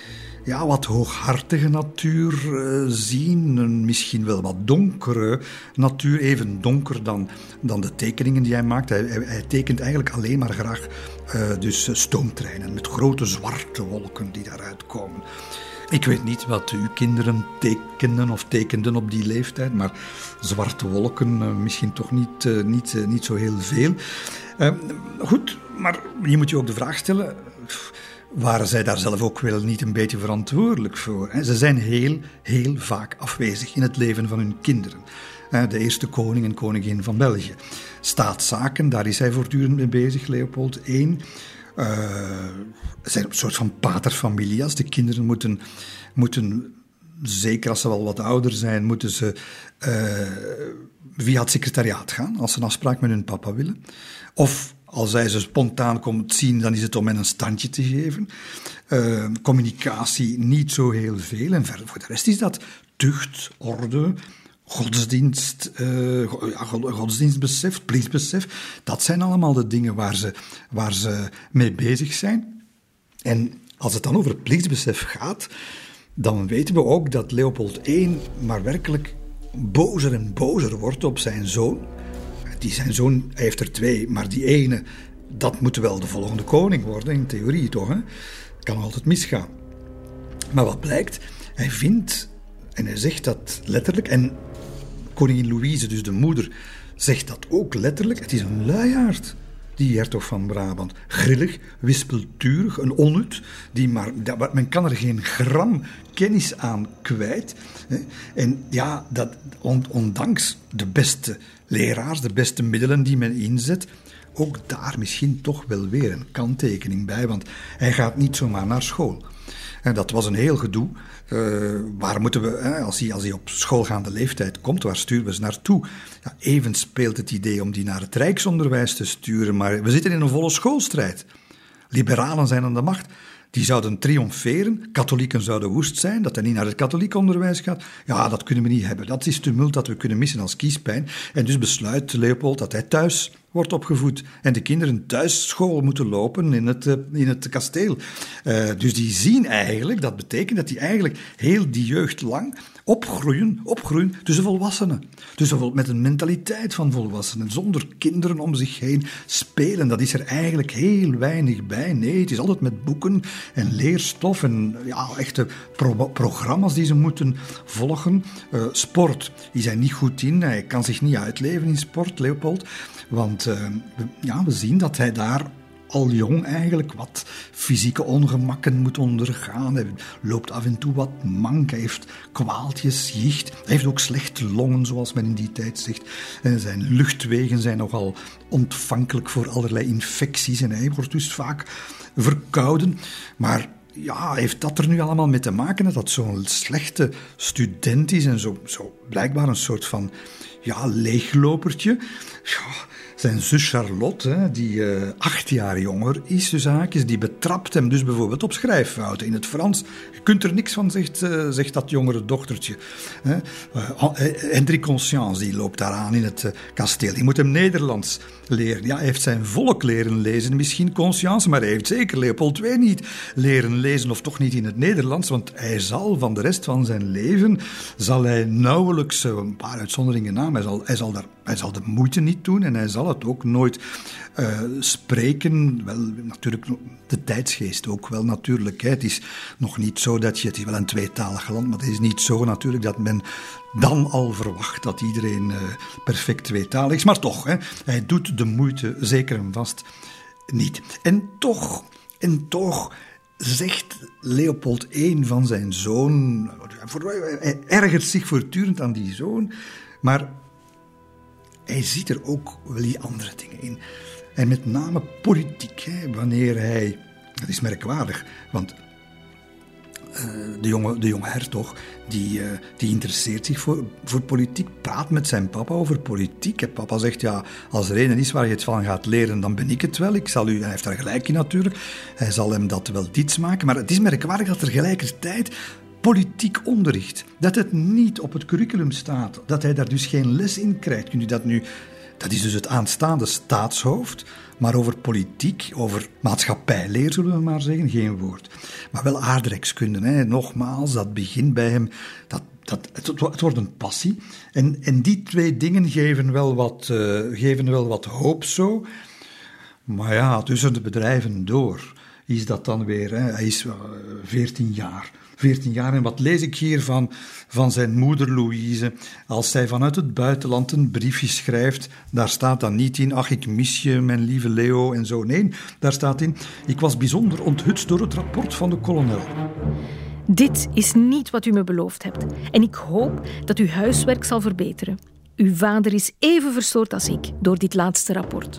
ja, wat hooghartige natuur uh, zien. Een misschien wel wat donkere natuur, even donker dan, dan de tekeningen die hij maakt. Hij, hij, hij tekent eigenlijk alleen maar graag uh, dus stoomtreinen met grote zwarte wolken die daaruit komen. Ik weet niet wat uw kinderen tekenden of tekenden op die leeftijd, maar zwarte wolken uh, misschien toch niet, uh, niet, uh, niet zo heel veel. Uh, goed, maar je moet je ook de vraag stellen, waren zij daar zelf ook wel niet een beetje verantwoordelijk voor? Ze zijn heel, heel vaak afwezig in het leven van hun kinderen. De eerste koning en koningin van België. Staatszaken, daar is hij voortdurend mee bezig, Leopold de Eerste. Uh, zijn een soort van paterfamilias. De kinderen moeten, moeten, zeker als ze wel wat ouder zijn, moeten ze uh, via het secretariaat gaan, als ze een afspraak met hun papa willen. Of als hij ze spontaan komt zien, dan is het om hen een standje te geven. Uh, communicatie niet zo heel veel. En verder, voor de rest is dat tucht, orde, godsdienst, uh, godsdienstbesef, plichtbesef. Dat zijn allemaal de dingen waar ze, waar ze mee bezig zijn. En als het dan over plichtsbesef gaat, dan weten we ook dat Leopold de Eerste maar werkelijk bozer en bozer wordt op zijn zoon. Die zijn zoon, hij heeft er twee, maar die ene, dat moet wel de volgende koning worden, in theorie toch, hè? Kan altijd misgaan. Maar wat blijkt, hij vindt, en hij zegt dat letterlijk, en koningin Louise, dus de moeder, zegt dat ook letterlijk, het is een luiaard, die hertog van Brabant. Grillig, wispelturig, een onnut, die maar, men kan er geen gram kennis aan kwijt. En ja, dat, ondanks de beste leraars, de beste middelen die men inzet, ook daar misschien toch wel weer een kanttekening bij, want hij gaat niet zomaar naar school. En dat was een heel gedoe. Uh, waar moeten we, hè, als, hij, als hij op schoolgaande leeftijd komt, waar sturen we ze naartoe? Ja, even speelt het idee om die naar het rijksonderwijs te sturen, maar we zitten in een volle schoolstrijd. Liberalen zijn aan de macht. Die zouden triomferen, katholieken zouden woest zijn, dat hij niet naar het katholiek onderwijs gaat. Ja, dat kunnen we niet hebben. Dat is tumult dat we kunnen missen als kiespijn. En dus besluit Leopold dat hij thuis wordt opgevoed. En de kinderen thuis school moeten lopen in het, uh, in het kasteel. Uh, dus die zien eigenlijk, dat betekent dat die eigenlijk heel die jeugd lang opgroeien, opgroeien tussen volwassenen. Dus met een mentaliteit van volwassenen, zonder kinderen om zich heen spelen. Dat is er eigenlijk heel weinig bij. Nee, het is altijd met boeken en leerstof en ja, echte pro- programma's die ze moeten volgen. Uh, sport, die zijn niet goed in. Hij kan zich niet uitleven in sport, Leopold. Want uh, ja, we zien dat hij daar al jong eigenlijk wat fysieke ongemakken moet ondergaan. Hij loopt af en toe wat mank, hij heeft kwaaltjes, jicht. Hij heeft ook slechte longen, zoals men in die tijd zegt. En zijn luchtwegen zijn nogal ontvankelijk voor allerlei infecties en hij wordt dus vaak verkouden. Maar ja, heeft dat er nu allemaal mee te maken dat dat zo'n slechte student is en zo, zo blijkbaar een soort van ja, leeglopertje? Ja, zijn zus Charlotte, hè, die uh, acht jaar jonger is, dus haakjes, die betrapt hem dus bijvoorbeeld op schrijffouten in het Frans. Je kunt er niks van, zegt, uh, zegt dat jongere dochtertje. Hè. Uh, Hendrik Conscience, die loopt daaraan in het uh, kasteel. Die moet hem Nederlands leren. Ja, hij heeft zijn volk leren lezen, misschien Conscience, maar hij heeft zeker Leopold de Tweede niet leren lezen, of toch niet in het Nederlands, want hij zal van de rest van zijn leven, zal hij nauwelijks, uh, een paar uitzonderingen na, hij zal, hij zal, daar, hij zal de moeite niet doen en hij zal het ook nooit uh, spreken. Wel, natuurlijk, de tijdsgeest ook wel natuurlijk. Hè. Het is nog niet zo dat je, het is wel een tweetalig land, maar het is niet zo natuurlijk dat men dan al verwacht dat iedereen uh, perfect tweetalig is. Maar toch, hè, hij doet de moeite zeker en vast niet. En toch, en toch zegt Leopold de Eerste van zijn zoon, hij ergert zich voortdurend aan die zoon, maar hij ziet er ook wel die andere dingen in. En met name politiek, hè, wanneer hij... Dat is merkwaardig, want uh, de, jonge, de jonge hertog, die, uh, die interesseert zich voor, voor politiek, praat met zijn papa over politiek. En papa zegt, ja, als er een is waar je het van gaat leren, dan ben ik het wel. Ik zal u, hij heeft daar gelijk in natuurlijk. Hij zal hem dat wel diets maken. Maar het is merkwaardig dat tegelijkertijd politiek onderricht, dat het niet op het curriculum staat, dat hij daar dus geen les in krijgt. Kunt u dat nu... Dat is dus het aanstaande staatshoofd, maar over politiek, over maatschappijleer, zullen we maar zeggen, geen woord. Maar wel aardrijkskunde, hè. Nogmaals, dat begint bij hem, dat, dat, het, het wordt een passie. En, en die twee dingen geven wel wat, uh, geven wel wat hoop zo. Maar ja, tussen de bedrijven door is dat dan weer, hè. Hij is uh, veertien jaar. veertien jaar. En wat lees ik hier van, van zijn moeder Louise? Als zij vanuit het buitenland een briefje schrijft, daar staat dan niet in, ach, ik mis je, mijn lieve Leo, en zo. Nee, daar staat in, ik was bijzonder onthutst door het rapport van de kolonel. Dit is niet wat u me beloofd hebt. En ik hoop dat uw huiswerk zal verbeteren. Uw vader is even verstoord als ik door dit laatste rapport.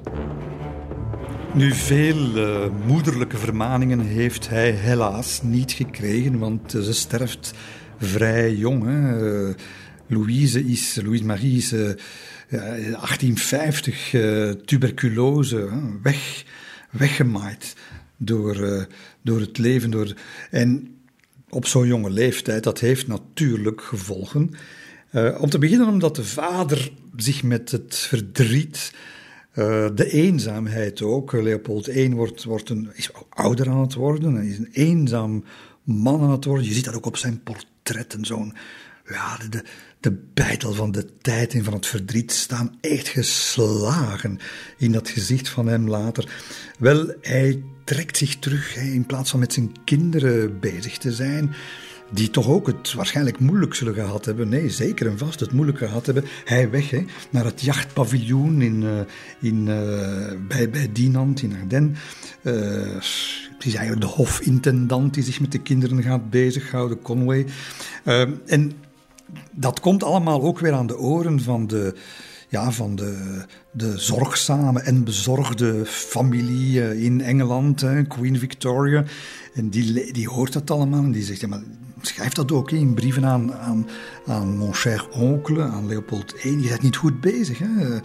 Nu, veel uh, moederlijke vermaningen heeft hij helaas niet gekregen, want uh, ze sterft vrij jong. Hè. Uh, Louise is, Louise Marie is uh, uh, achttien vijftig, uh, tuberculose, uh, weg, weggemaaid door, uh, door het leven. Door, en op zo'n jonge leeftijd, dat heeft natuurlijk gevolgen. Uh, om te beginnen omdat de vader zich met het verdriet... Uh, de eenzaamheid ook. Leopold de Eerste wordt, wordt een, is ouder aan het worden. Hij is een eenzaam man aan het worden. Je ziet dat ook op zijn portretten. Zo'n, ja, de, de beitel van de tijd en van het verdriet staan echt geslagen in dat gezicht van hem later. Wel, hij trekt zich terug, hè, in plaats van met zijn kinderen bezig te zijn, die toch ook het waarschijnlijk moeilijk zullen gehad hebben. Nee, zeker en vast het moeilijk gehad hebben. Hij weg, hè, naar het jachtpaviljoen in, uh, in, uh, bij, bij Dinant in Ardennes. Uh, het is eigenlijk de hofintendant die zich met de kinderen gaat bezighouden, Conway. Uh, en dat komt allemaal ook weer aan de oren van de... Ja, van de, de zorgzame en bezorgde familie in Engeland, hè, Queen Victoria. En die, die hoort dat allemaal en die zegt, ja, maar schrijf dat ook in brieven aan, aan, aan mon cher oncle, aan Leopold de Eerste. Je bent niet goed bezig. Hè. Uh,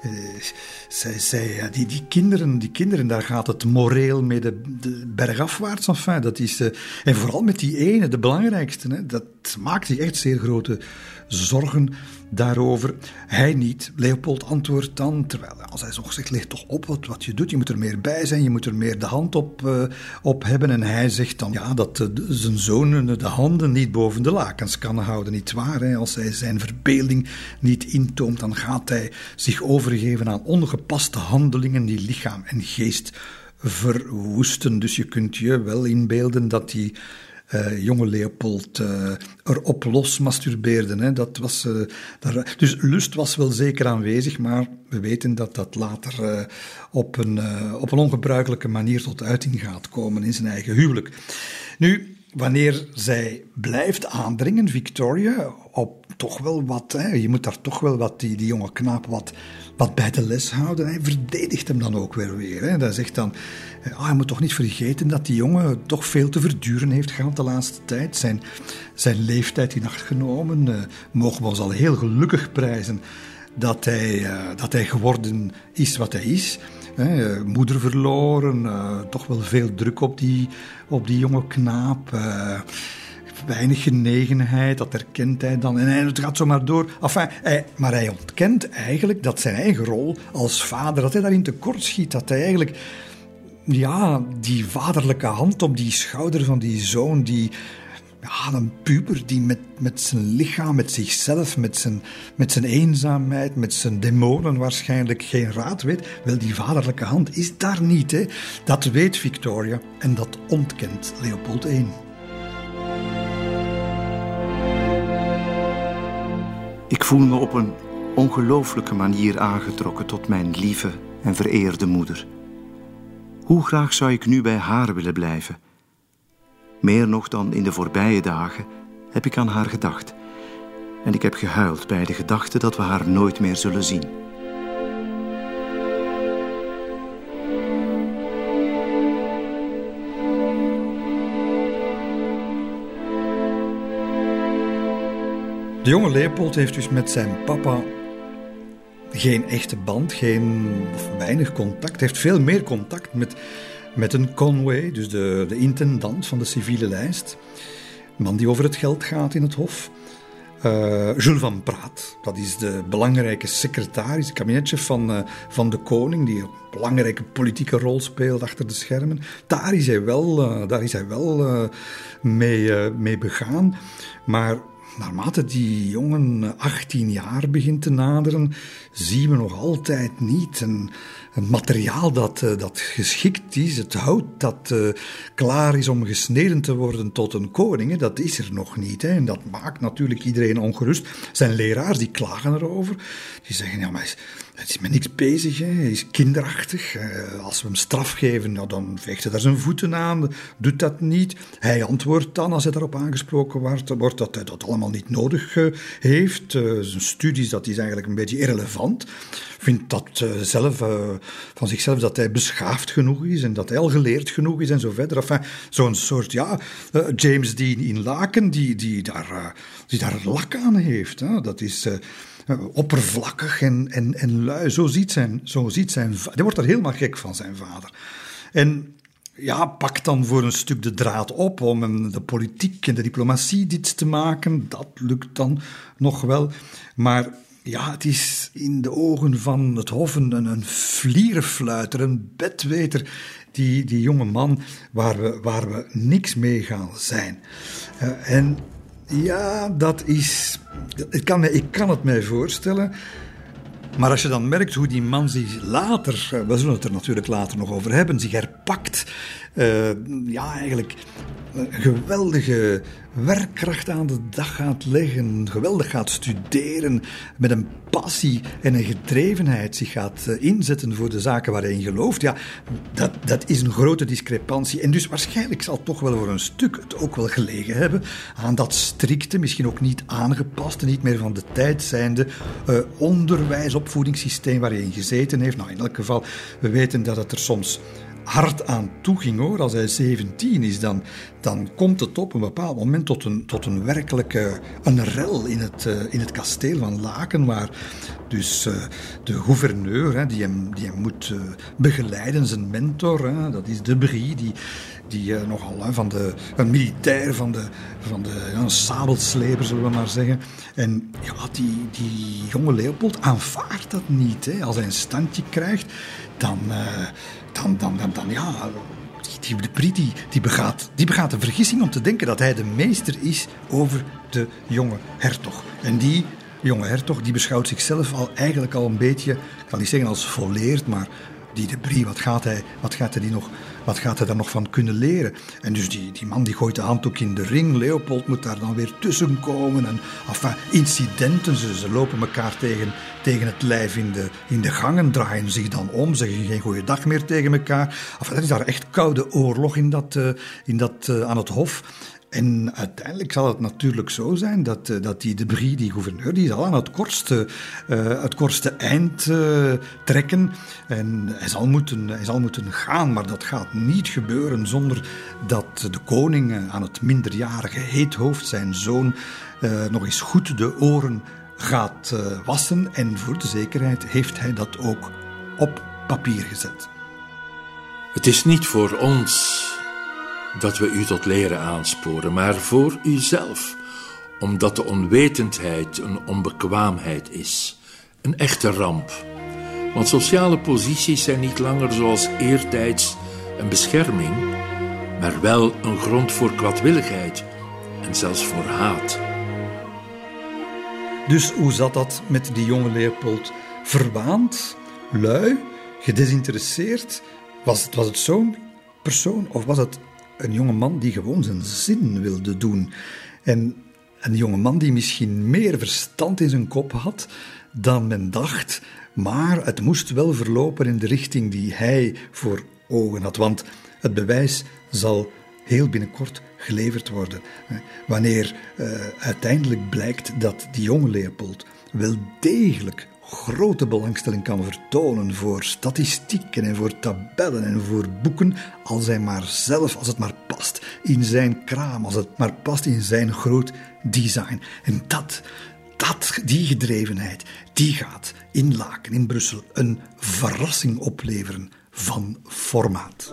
zij, zij, die, die, kinderen, die kinderen, daar gaat het moreel mee de, de bergafwaarts. Enfin, dat is, uh, en vooral met die ene, de belangrijkste. Hè, dat maakt zich echt zeer grote zorgen daarover. Hij niet. Leopold antwoordt dan, terwijl als hij zo zegt, leg toch op wat, wat je doet. Je moet er meer bij zijn, je moet er meer de hand op, uh, op hebben. En hij zegt dan ja, dat uh, de, zijn zoon de handen niet boven de lakens kan houden. Niet waar, hè? Als hij zijn verbeelding niet intoomt, dan gaat hij zich overgeven aan ongepaste handelingen die lichaam en geest verwoesten. Dus je kunt je wel inbeelden dat hij uh, jonge Leopold uh, erop los masturbeerde. Hè. Dat was, uh, daar, dus lust was wel zeker aanwezig, maar we weten dat dat later uh, op, een, uh, op een ongebruikelijke manier tot uiting gaat komen in zijn eigen huwelijk. Nu, wanneer zij blijft aandringen, Victoria, op toch wel wat, hè, je moet daar toch wel wat, die, die jonge knaap wat, wat bij de les houden. Hij verdedigt hem dan ook weer weer. Hè. Hij zegt dan, ah, je moet toch niet vergeten dat die jongen toch veel te verduren heeft gehad de laatste tijd. Zijn, zijn leeftijd in acht genomen, uh, mogen we ons al heel gelukkig prijzen dat hij, uh, dat hij geworden is wat hij is. He, moeder verloren, uh, toch wel veel druk op die, op die jonge knaap. Uh, weinig genegenheid, dat herkent hij dan. En hij, het gaat zo maar door. Enfin, hij, maar hij ontkent eigenlijk dat zijn eigen rol als vader, dat hij daarin tekort schiet. Dat hij eigenlijk, ja, die vaderlijke hand op die schouder van die zoon, die... Ja, een puber die met, met zijn lichaam, met zichzelf, met zijn, met zijn eenzaamheid, met zijn demonen waarschijnlijk geen raad weet. Wel, die vaderlijke hand is daar niet. Hè. Dat weet Victoria en dat ontkent Leopold de Eerste. Ik voel me op een ongelooflijke manier aangetrokken tot mijn lieve en vereerde moeder. Hoe graag zou ik nu bij haar willen blijven? Meer nog dan in de voorbije dagen heb ik aan haar gedacht. En ik heb gehuild bij de gedachte dat we haar nooit meer zullen zien. De jonge Leopold heeft dus met zijn papa geen echte band, geen, of weinig contact. Hij heeft veel meer contact met... Met een Conway, dus de, de intendant van de civiele lijst. Een man die over het geld gaat in het hof. Uh, Jules van Praat, dat is de belangrijke secretaris, de kabinetchef van, uh, van de koning, die een belangrijke politieke rol speelt achter de schermen. Daar is hij wel, uh, daar is hij wel uh, mee, uh, mee begaan. Maar naarmate die jongen achttien jaar begint te naderen, zien we nog altijd niet een, een materiaal dat, uh, dat geschikt is. Het hout dat uh, klaar is om gesneden te worden tot een koning, hè, dat is er nog niet. Hè. En dat maakt natuurlijk iedereen ongerust. Zijn leraars die klagen erover. Die zeggen, ja, maar het is met niks bezig, hè. Hij is kinderachtig. Uh, als we hem straf geven, ja, dan veegt hij daar zijn voeten aan. Doet dat niet. Hij antwoordt dan, als hij daarop aangesproken wordt, wordt dat hij dat allemaal niet nodig uh, heeft. Uh, zijn studies, dat is eigenlijk een beetje irrelevant. Vindt dat uh, zelf, uh, van zichzelf dat hij beschaafd genoeg is en dat hij al geleerd genoeg is en zo verder. Enfin, zo'n soort, ja, uh, James Dean in Laken, die, die, daar, uh, die daar een lak aan heeft. Hè. Dat is... Uh, oppervlakkig en, en, en lui. Zo ziet zijn, zo ziet zijn vader. Hij wordt er helemaal gek van, zijn vader. En ja, pakt dan voor een stuk de draad op om hem de politiek en de diplomatie dit te maken. Dat lukt dan nog wel. Maar ja, het is in de ogen van het hof een, een vlierenfluiter, een bedweter, die, die jonge man waar we, waar we niks mee gaan zijn. Uh, en ja, dat is... Ik kan, ik kan het mij voorstellen. Maar als je dan merkt hoe die man zich later... We zullen het er natuurlijk later nog over hebben. Zich herpakt. Uh, ja, eigenlijk een geweldige werkkracht aan de dag gaat leggen. Geweldig gaat studeren. Met een passie en een gedrevenheid zich gaat uh, inzetten voor de zaken waar hij in gelooft. Ja, dat, dat is een grote discrepantie. En dus waarschijnlijk zal toch wel voor een stuk het ook wel gelegen hebben aan dat strikte, misschien ook niet aangepaste, niet meer van de tijd zijnde uh, onderwijs, opvoedingssysteem waar hij in gezeten heeft. Nou, in elk geval, we weten dat het er soms hard aan toe ging, hoor. Als hij zeventien is, dan, dan komt het op een bepaald moment tot een, tot een werkelijke een rel in het, uh, in het kasteel van Laken, waar dus uh, de gouverneur, hè, die, hem, die hem moet uh, begeleiden, zijn mentor, hè, dat is De Brie, die, die uh, nogal hè, van de, een militair van de, van de ja, een sabelsleper, zullen we maar zeggen. En ja, die, die jonge Leopold aanvaardt dat niet. Hè. Als hij een standje krijgt, dan... Uh, Dan, dan, dan, dan ja, die, die, die, die, begaat, die begaat de vergissing om te denken dat hij de meester is over de jonge hertog. En die jonge hertog, die beschouwt zichzelf al eigenlijk al een beetje, ik kan niet zeggen als volleerd, maar die De Brie, wat gaat hij, wat gaat hij die nog wat gaat hij daar nog van kunnen leren? En dus die, die man die gooit de handdoek in de ring. Leopold moet daar dan weer tussenkomen. En, enfin, incidenten, ze, ze lopen elkaar tegen, tegen het lijf in de, in de gangen, draaien zich dan om, zeggen geen goeie dag meer tegen elkaar. Enfin, dat is daar echt koude oorlog in dat, uh, in dat, uh, aan het hof. En uiteindelijk zal het natuurlijk zo zijn dat, uh, dat die de Brie, die gouverneur, die zal aan het kortste, uh, het kortste eind uh, trekken. En hij zal, moeten, hij zal moeten gaan, maar dat gaat niet gebeuren zonder dat de koning uh, aan het minderjarige Heethoofd, zijn zoon, uh, nog eens goed de oren gaat uh, wassen. En voor de zekerheid heeft hij dat ook op papier gezet. Het is niet voor ons dat we u tot leren aansporen, maar voor uzelf, omdat de onwetendheid een onbekwaamheid is, een echte ramp. Want sociale posities zijn niet langer zoals eertijds een bescherming, maar wel een grond voor kwaadwilligheid en zelfs voor haat. Dus hoe zat dat met die jonge Leopold? Verwaand, lui, gedesinteresseerd? Was het, was het zo'n persoon of was het een jonge man die gewoon zijn zin wilde doen? En een jonge man die misschien meer verstand in zijn kop had dan men dacht, maar het moest wel verlopen in de richting die hij voor ogen had. Want het bewijs zal heel binnenkort geleverd worden. Wanneer uh, uiteindelijk blijkt dat die jonge Leopold wel degelijk grote belangstelling kan vertonen voor statistieken en voor tabellen en voor boeken, als hij maar zelf, als het maar past in zijn kraam, als het maar past in zijn groot design. En dat, dat, die gedrevenheid, die gaat in Laken, in Brussel, een verrassing opleveren van formaat.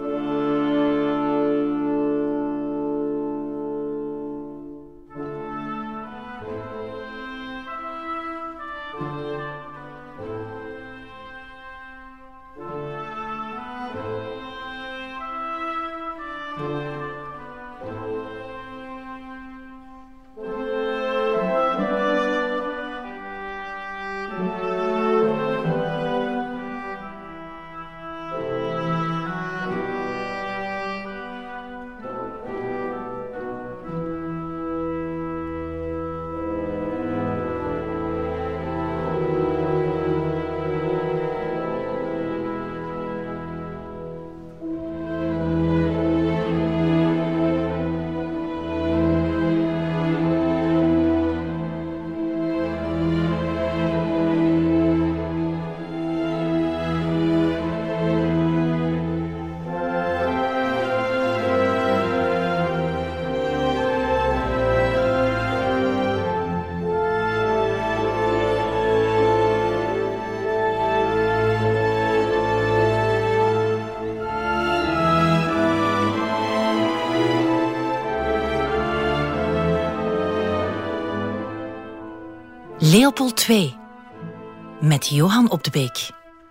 Leopold de Tweede met Johan Op de Beek.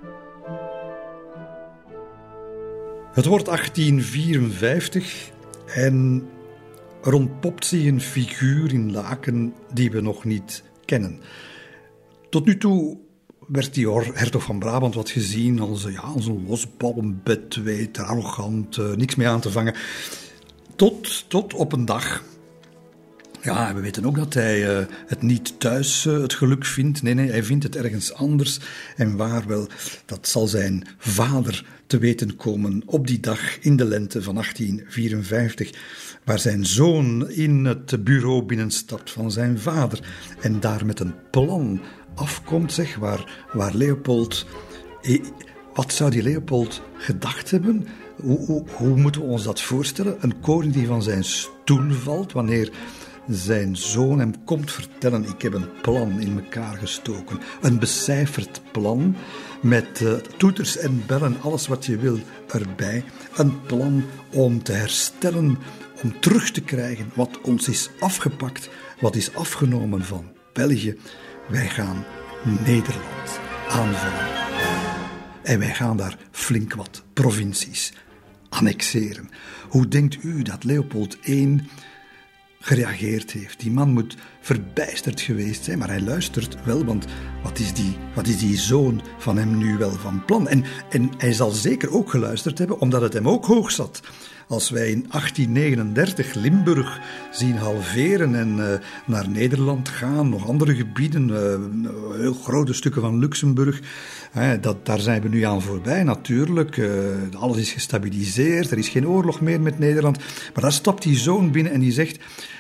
Het wordt achttien vierenvijftig en er ontpopt zich een figuur in Laken die we nog niet kennen. Tot nu toe werd die hertog van Brabant wat gezien als, ja, als een losbal, een bedweter, arrogant, uh, niks mee aan te vangen. Tot, tot op een dag. Ja, we weten ook dat hij uh, het niet thuis uh, het geluk vindt. Nee, nee, hij vindt het ergens anders. En waar wel, dat zal zijn vader te weten komen op die dag in de lente van achttien vierenvijftig, waar zijn zoon in het bureau binnenstapt van zijn vader en daar met een plan afkomt, zeg, waar, waar Leopold... Eh, wat zou die Leopold gedacht hebben? Hoe, hoe, hoe moeten we ons dat voorstellen? Een koning die van zijn stoel valt wanneer zijn zoon hem komt vertellen: ik heb een plan in elkaar gestoken. Een becijferd plan met uh, toeters en bellen, alles wat je wil erbij. Een plan om te herstellen, om terug te krijgen wat ons is afgepakt, wat is afgenomen van België. Wij gaan Nederland aanvallen. En wij gaan daar flink wat provincies annexeren. Hoe denkt u dat Leopold de Eerste gereageerd heeft. Die man moet verbijsterd geweest zijn, maar hij luistert wel, want wat is die, wat is die zoon van hem nu wel van plan? En, en hij zal zeker ook geluisterd hebben, omdat het hem ook hoog zat. Als wij in achttien negenendertig Limburg zien halveren en uh, naar Nederland gaan, nog andere gebieden, uh, heel grote stukken van Luxemburg, uh, dat, daar zijn we nu aan voorbij natuurlijk. Uh, alles is gestabiliseerd, er is geen oorlog meer met Nederland. Maar daar stapt die zoon binnen en die zegt...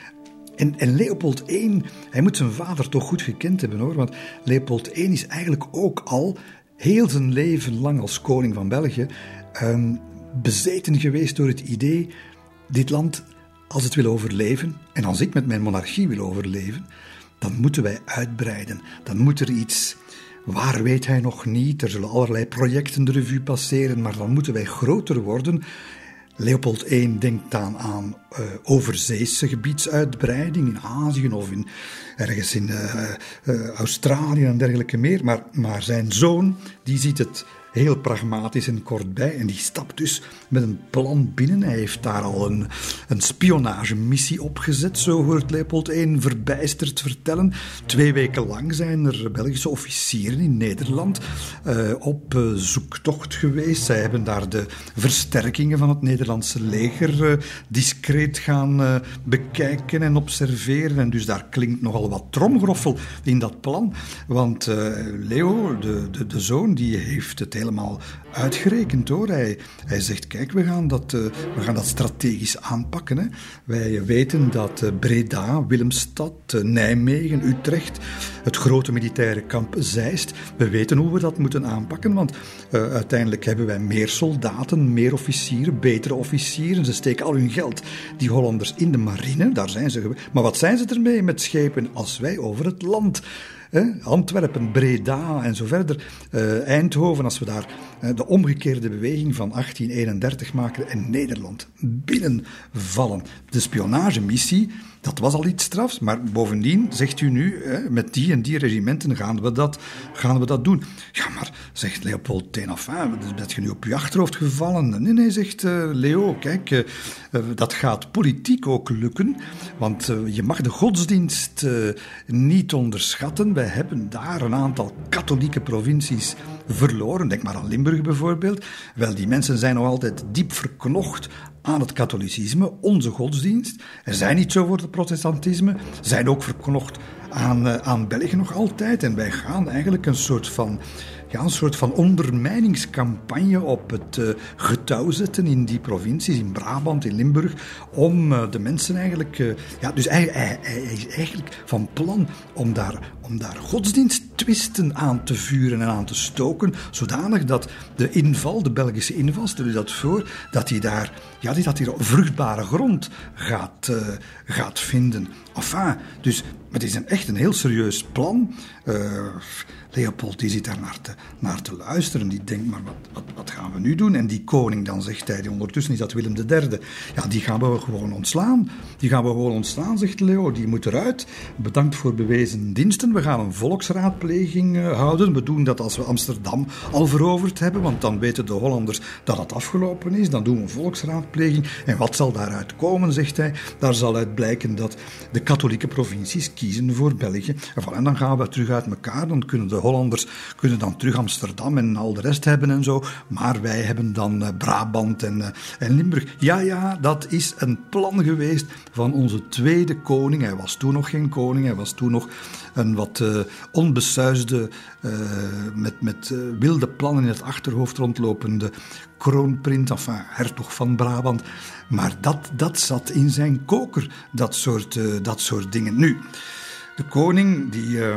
En, en Leopold de Eerste, hij moet zijn vader toch goed gekend hebben hoor, want Leopold de Eerste is eigenlijk ook al heel zijn leven lang als koning van België um, bezeten geweest door het idee, dit land, als het wil overleven, en als ik met mijn monarchie wil overleven, dan moeten wij uitbreiden. Dan moet er iets, waar weet hij nog niet, er zullen allerlei projecten de revue passeren, maar dan moeten wij groter worden. Leopold de Eerste denkt dan aan uh, overzeese gebiedsuitbreiding in Azië of in, ergens in uh, uh, Australië en dergelijke meer. Maar, maar zijn zoon, die ziet het heel pragmatisch en kort bij en die stapt dus met een plan binnen. Hij heeft daar al een, een spionagemissie opgezet, zo hoort Leopold de Eerste verbijsterd vertellen. Twee weken lang zijn er Belgische officieren in Nederland uh, op uh, zoektocht geweest. Zij hebben daar de versterkingen van het Nederlandse leger uh, discreet gaan uh, bekijken en observeren. En dus daar klinkt nogal wat tromgeroffel in dat plan. Want uh, Leo, de, de, de zoon, die heeft het helemaal uitgerekend hoor. Hij, hij zegt, kijk, we gaan dat, uh, we gaan dat strategisch aanpakken. Hè. Wij weten dat uh, Breda, Willemstad, uh, Nijmegen, Utrecht, het grote militaire kamp Zeist, we weten hoe we dat moeten aanpakken, want uh, uiteindelijk hebben wij meer soldaten, meer officieren, betere officieren. Ze steken al hun geld, die Hollanders, in de marine, daar zijn ze geweest. Maar wat zijn ze ermee met schepen als wij over het land... Eh, Antwerpen, Breda en zo verder, uh, Eindhoven, als we daar uh, de omgekeerde beweging van achttien eenendertig maken en Nederland binnenvallen. De spionagemissie, dat was al iets strafs, maar bovendien zegt u nu, eh, met die en die regimenten gaan we dat, gaan we dat doen. Ja, maar, zegt Leopold de Eerste, enfin, ben je nu op je achterhoofd gevallen? Nee, nee, zegt uh, Leo, kijk, uh, uh, dat gaat politiek ook lukken, want uh, je mag de godsdienst uh, niet onderschatten. Wij hebben daar een aantal katholieke provincies verloren. Denk maar aan Limburg bijvoorbeeld. Wel, die mensen zijn nog altijd diep verknocht aan het katholicisme, onze godsdienst. Er zijn niet zo voor het protestantisme. Zijn ook verknocht aan, uh, aan België nog altijd. En wij gaan eigenlijk een soort van... Ja, een soort van ondermijningscampagne op het uh, getouw zetten in die provincies, in Brabant, in Limburg, om uh, de mensen eigenlijk... Uh, ja, dus hij, hij, hij is eigenlijk van plan om daar, om daar godsdiensttwisten aan te vuren en aan te stoken, zodanig dat de inval, de Belgische inval, stel je dat voor, dat hij daar, ja, dat hij vruchtbare grond gaat, uh, gaat vinden. Enfin, dus het is een, echt een heel serieus plan. Uh, Leopold die zit daar naar te, naar te luisteren. Die denkt, maar wat, wat, wat gaan we nu doen? En die koning, dan zegt hij, ondertussen is dat Willem de Derde. Ja, die gaan we gewoon ontslaan. Die gaan we gewoon ontslaan, zegt Leo. Die moet eruit. Bedankt voor bewezen diensten. We gaan een volksraadpleging uh, houden. We doen dat als we Amsterdam al veroverd hebben, want dan weten de Hollanders dat het afgelopen is. Dan doen we een volksraadpleging. En wat zal daaruit komen, zegt hij? Daar zal uit blijken dat de katholieke provincies kiezen voor België. En, voilà, en dan gaan we terug uit elkaar. Dan kunnen de Hollanders kunnen dan terug Amsterdam en al de rest hebben en zo. Maar wij hebben dan uh, Brabant en, uh, en Limburg. Ja, ja, dat is een plan geweest van onze tweede koning. Hij was toen nog geen koning. Hij was toen nog een wat uh, onbesuisde, uh, met, met uh, wilde plannen in het achterhoofd rondlopende kroonprins, enfin, hertog van Brabant. Maar dat, dat zat in zijn koker, dat soort, uh, dat soort dingen. Nu, de koning, die... Uh,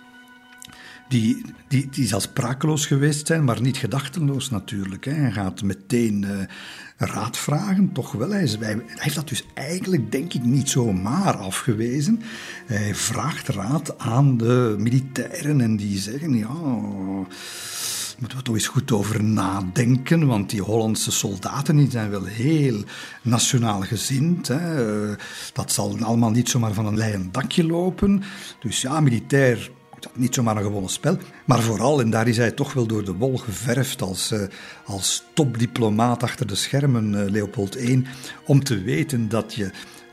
Die, die, die zal sprakeloos geweest zijn, maar niet gedachteloos natuurlijk. Hè. Hij gaat meteen uh, raad vragen, toch wel. Hij, is, hij, hij heeft dat dus eigenlijk, denk ik, niet zomaar afgewezen. Hij vraagt raad aan de militairen en die zeggen, ja... moeten we toch eens goed over nadenken, want die Hollandse soldaten die zijn wel heel nationaal gezind. Hè. Dat zal allemaal niet zomaar van een leien dakje lopen. Dus ja, militair... Niet zomaar een gewoon spel, maar vooral, en daar is hij toch wel door de wol geverfd als, uh, als topdiplomaat achter de schermen, uh, Leopold de Eerste, om te weten dat je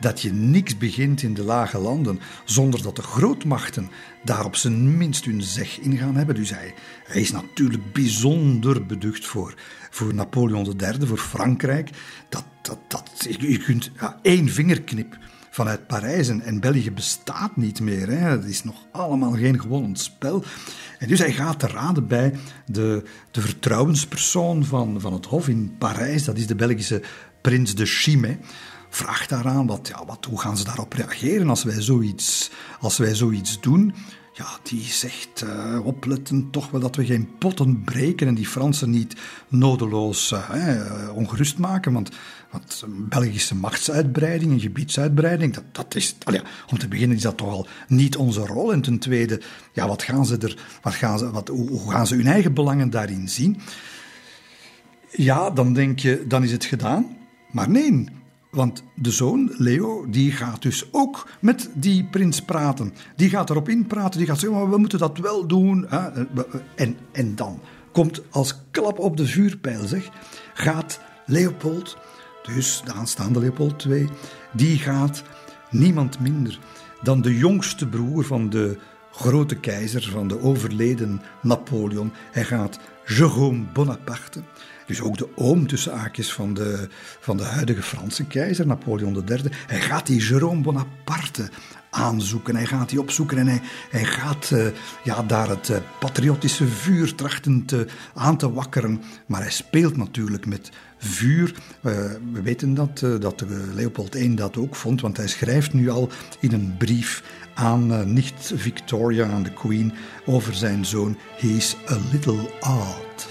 dat je niks begint in de lage landen zonder dat de grootmachten daar op zijn minst hun zeg in gaan hebben. Dus hij, hij is natuurlijk bijzonder beducht voor, voor Napoleon de derde, voor Frankrijk. Dat, dat, dat, je kunt ja, één vingerknip vanuit Parijs en, en België bestaat niet meer. Hè. Het is nog allemaal geen gewonnen spel. En dus hij gaat te raden bij de, de vertrouwenspersoon van, van het Hof in Parijs. Dat is de Belgische prins de Chimay. Vraagt daaraan, wat, ja, wat, hoe gaan ze daarop reageren als wij zoiets, als wij zoiets doen? Ja, die zegt uh, opletten toch wel dat we geen potten breken en die Fransen niet nodeloos uh, uh, ongerust maken. Want, want Belgische machtsuitbreiding en gebiedsuitbreiding, dat, dat is, allee, om te beginnen is dat toch al niet onze rol. En ten tweede, ja, wat gaan ze er, wat gaan ze, wat, hoe, hoe gaan ze hun eigen belangen daarin zien? Ja, dan denk je, dan is het gedaan. Maar nee. Want de zoon, Leo, die gaat dus ook met die prins praten. Die gaat erop inpraten, die gaat zeggen, maar we moeten dat wel doen. En, en dan komt als klap op de vuurpijl, zeg, gaat Leopold, dus de aanstaande Leopold de tweede, die gaat niemand minder dan de jongste broer van de grote keizer, van de overleden Napoleon. Hij gaat Jérôme Bonaparte, dus ook de oom tussen haakjes van de, van de huidige Franse keizer, Napoleon de derde. Hij gaat die Jérôme Bonaparte aanzoeken, hij gaat die opzoeken en hij, hij gaat uh, ja, daar het uh, patriotische vuur trachten te, aan te wakkeren. Maar hij speelt natuurlijk met vuur. Uh, we weten dat, uh, dat uh, Leopold de eerste dat ook vond, want hij schrijft nu al in een brief aan uh, nicht Victoria, aan de Queen, over zijn zoon. He is a little odd.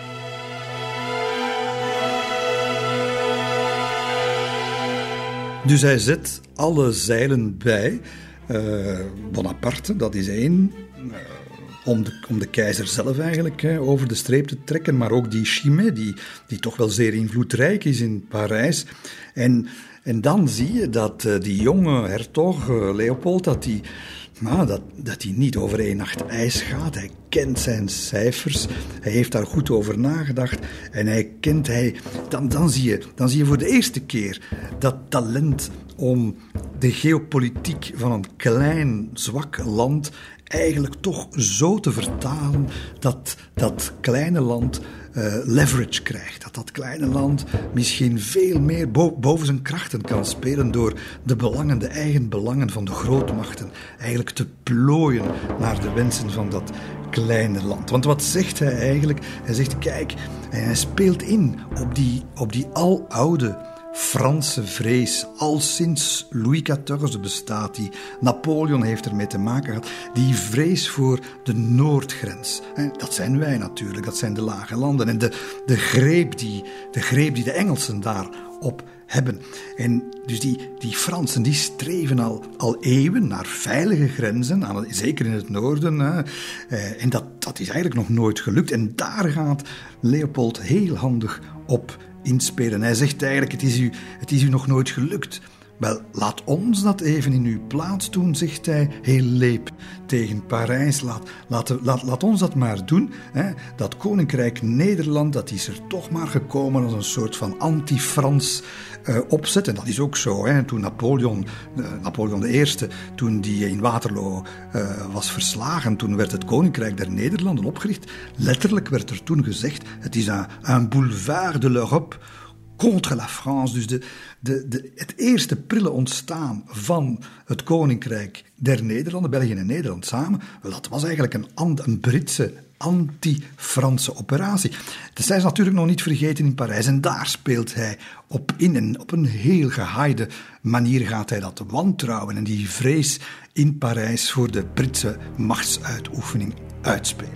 Dus hij zet alle zeilen bij. Uh, Bonaparte, dat is één. Uh, om, de, om de keizer zelf eigenlijk hè, over de streep te trekken. Maar ook die Chimay, die, die toch wel zeer invloedrijk is in Parijs. En, en dan zie je dat uh, die jonge hertog, uh, Leopold, dat die... Nou, dat, dat hij niet over één nacht ijs gaat. Hij kent zijn cijfers. Hij heeft daar goed over nagedacht. En hij kent... Hij, dan, dan, zie je, dan zie je voor de eerste keer dat talent om de geopolitiek van een klein, zwak land eigenlijk toch zo te vertalen dat dat kleine land uh, leverage krijgt. Dat dat kleine land misschien veel meer bo- boven zijn krachten kan spelen door de belangen, de eigen belangen van de grootmachten eigenlijk te plooien naar de wensen van dat kleine land. Want wat zegt hij eigenlijk? Hij zegt, kijk, en hij speelt in op die, op die aloude Franse vrees. Al sinds Louis veertien bestaat die. Napoleon heeft ermee te maken gehad. Die vrees voor de noordgrens. Dat zijn wij natuurlijk, dat zijn de lage landen. En de, de, greep, die, de greep die de Engelsen daarop hebben. En dus die, die Fransen die streven al, al eeuwen naar veilige grenzen, aan, zeker in het noorden. Hè. En dat, dat is eigenlijk nog nooit gelukt. En daar gaat Leopold heel handig op inspelen. Hij zegt eigenlijk, het is u, het is u nog nooit gelukt. Wel, laat ons dat even in uw plaats doen, zegt hij, heel leep tegen Parijs. Laat, laat, laat, laat ons dat maar doen. Hè. Dat koninkrijk Nederland, dat is er toch maar gekomen als een soort van anti-Frans uh, opzet. En dat is ook zo. Hè. Toen Napoleon, uh, Napoleon de eerste, toen die in Waterloo uh, was verslagen, toen werd het koninkrijk der Nederlanden opgericht. Letterlijk werd er toen gezegd, het is een, een boulevard de l'Europe contre la France. Dus de, de, de, het eerste prille ontstaan van het koninkrijk der Nederlanden, België en Nederland samen, wel, dat was eigenlijk een, een Britse anti-Franse operatie. Dat zijn ze natuurlijk nog niet vergeten in Parijs. En daar speelt hij op in. En op een heel gehaaide manier gaat hij dat wantrouwen en die vrees in Parijs voor de Britse machtsuitoefening uitspelen.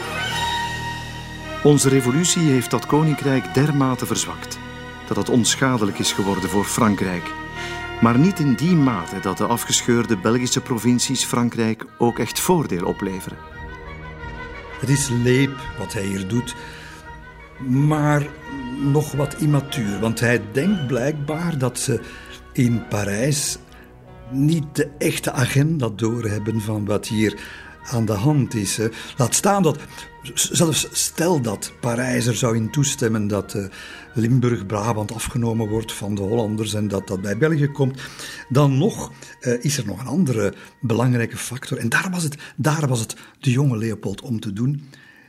Onze revolutie heeft dat koninkrijk dermate verzwakt dat het onschadelijk is geworden voor Frankrijk. Maar niet in die mate dat de afgescheurde Belgische provincies Frankrijk ook echt voordeel opleveren. Het is leep wat hij hier doet, maar nog wat immatuur. Want hij denkt blijkbaar dat ze in Parijs niet de echte agenda doorhebben van wat hier aan de hand is. Hè. Laat staan dat, zelfs stel dat Parijs er zou in toestemmen dat uh, Limburg-Brabant afgenomen wordt van de Hollanders en dat dat bij België komt, dan nog uh, is er nog een andere belangrijke factor. En daar was het, daar was het de jonge Leopold om te doen.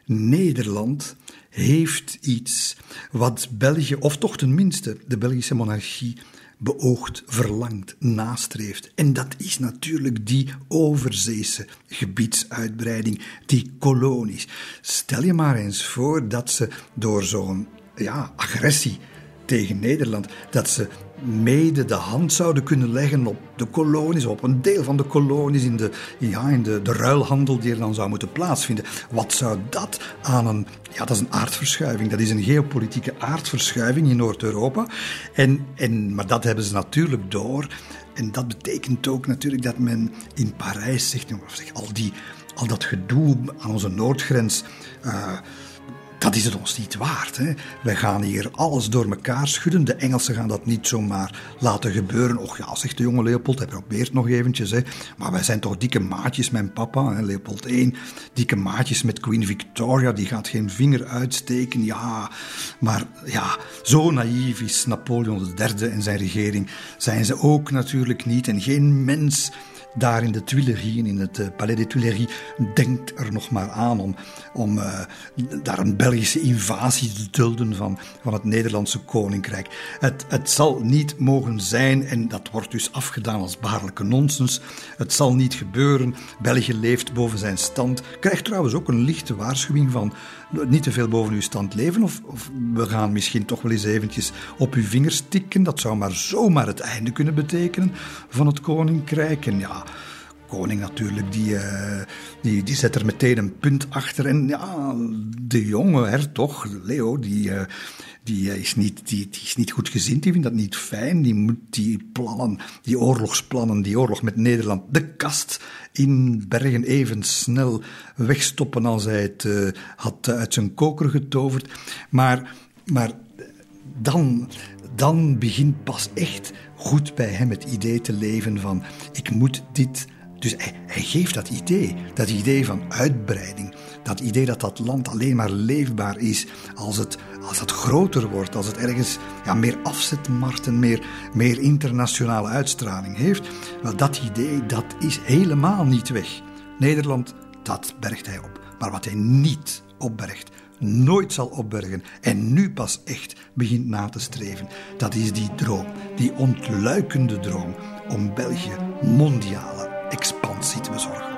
Nederland heeft iets wat België, of toch tenminste de Belgische monarchie, beoogt, verlangt, nastreeft. En dat is natuurlijk die overzeese gebiedsuitbreiding, die kolonies. Stel je maar eens voor dat ze door zo'n ja, agressie tegen Nederland, dat ze mede de hand zouden kunnen leggen op de kolonies, op een deel van de kolonies in de, ja, in de, de ruilhandel die er dan zou moeten plaatsvinden. Wat zou dat aan een... Ja, dat is een aardverschuiving. Dat is een geopolitieke aardverschuiving in Noord-Europa. En, en, maar dat hebben ze natuurlijk door. En dat betekent ook natuurlijk dat men in Parijs zegt, zeg, al, die, al dat gedoe aan onze noordgrens... Uh, Dat is het ons niet waard. Hè? Wij gaan hier alles door elkaar schudden. De Engelsen gaan dat niet zomaar laten gebeuren. Och ja, zegt de jonge Leopold, hij probeert nog eventjes. Hè? Maar wij zijn toch dikke maatjes, mijn papa, hè? Leopold de Eerste. Dikke maatjes met Queen Victoria, die gaat geen vinger uitsteken. Ja, maar ja, zo naïef is Napoleon de Derde en zijn regering. Zijn ze ook natuurlijk niet. En geen mens... Daar in de Tuileries, in het uh, Palais des Tuileries, denkt er nog maar aan om, om uh, daar een Belgische invasie te dulden van, van het Nederlandse koninkrijk. Het, het zal niet mogen zijn, en dat wordt dus afgedaan als baarlijke nonsens. Het zal niet gebeuren. België leeft boven zijn stand. Krijgt trouwens ook een lichte waarschuwing van niet te veel boven uw stand leven, of, of we gaan misschien toch wel eens eventjes op uw vingers tikken. Dat zou maar zomaar het einde kunnen betekenen van het koninkrijk. En ja, koning natuurlijk, die, uh, die, die zet er meteen een punt achter. En ja, de jonge hertog, Leo, die, uh, die, is niet, die, die is niet goed gezind. Die vindt dat niet fijn. Die moet die plannen, die oorlogsplannen, die oorlog met Nederland, de kast in Bergen even snel wegstoppen als hij het uh, had uit zijn koker getoverd. Maar, maar dan, dan begint pas echt goed bij hem het idee te leven van ik moet dit... Dus hij, hij geeft dat idee, dat idee van uitbreiding, dat idee dat dat land alleen maar leefbaar is als het, als het groter wordt, als het ergens ja, meer afzetmarkten, meer, meer internationale uitstraling heeft. Wel, dat idee, dat is helemaal niet weg. Nederland, dat bergt hij op. Maar wat hij niet opbergt, nooit zal opbergen en nu pas echt begint na te streven, dat is die droom, die ontluikende droom om België mondiale expansie te bezorgen.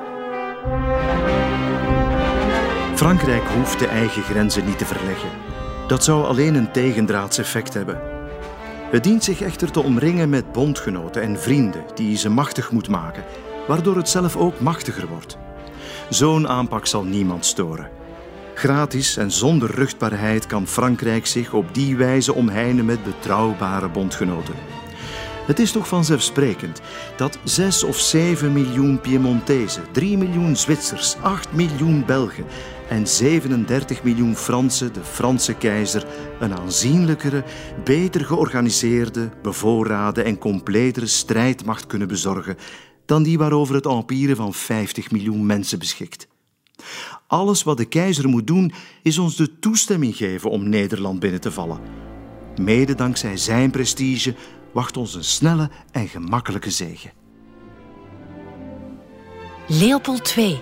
Frankrijk hoeft de eigen grenzen niet te verleggen. Dat zou alleen een tegendraads effect hebben. Het dient zich echter te omringen met bondgenoten en vrienden die ze machtig moet maken, waardoor het zelf ook machtiger wordt. Zo'n aanpak zal niemand storen. Gratis en zonder ruchtbaarheid kan Frankrijk zich op die wijze omheinen met betrouwbare bondgenoten. Het is toch vanzelfsprekend dat zes of zeven miljoen Piemontezen, drie miljoen Zwitsers, acht miljoen Belgen en zevenendertig miljoen Fransen de Franse keizer een aanzienlijkere, beter georganiseerde, bevoorrade en completere strijdmacht kunnen bezorgen dan die waarover het empire van vijftig miljoen mensen beschikt. Alles wat de keizer moet doen is ons de toestemming geven om Nederland binnen te vallen. Mede dankzij zijn prestige wacht ons een snelle en gemakkelijke zege. Leopold de Tweede.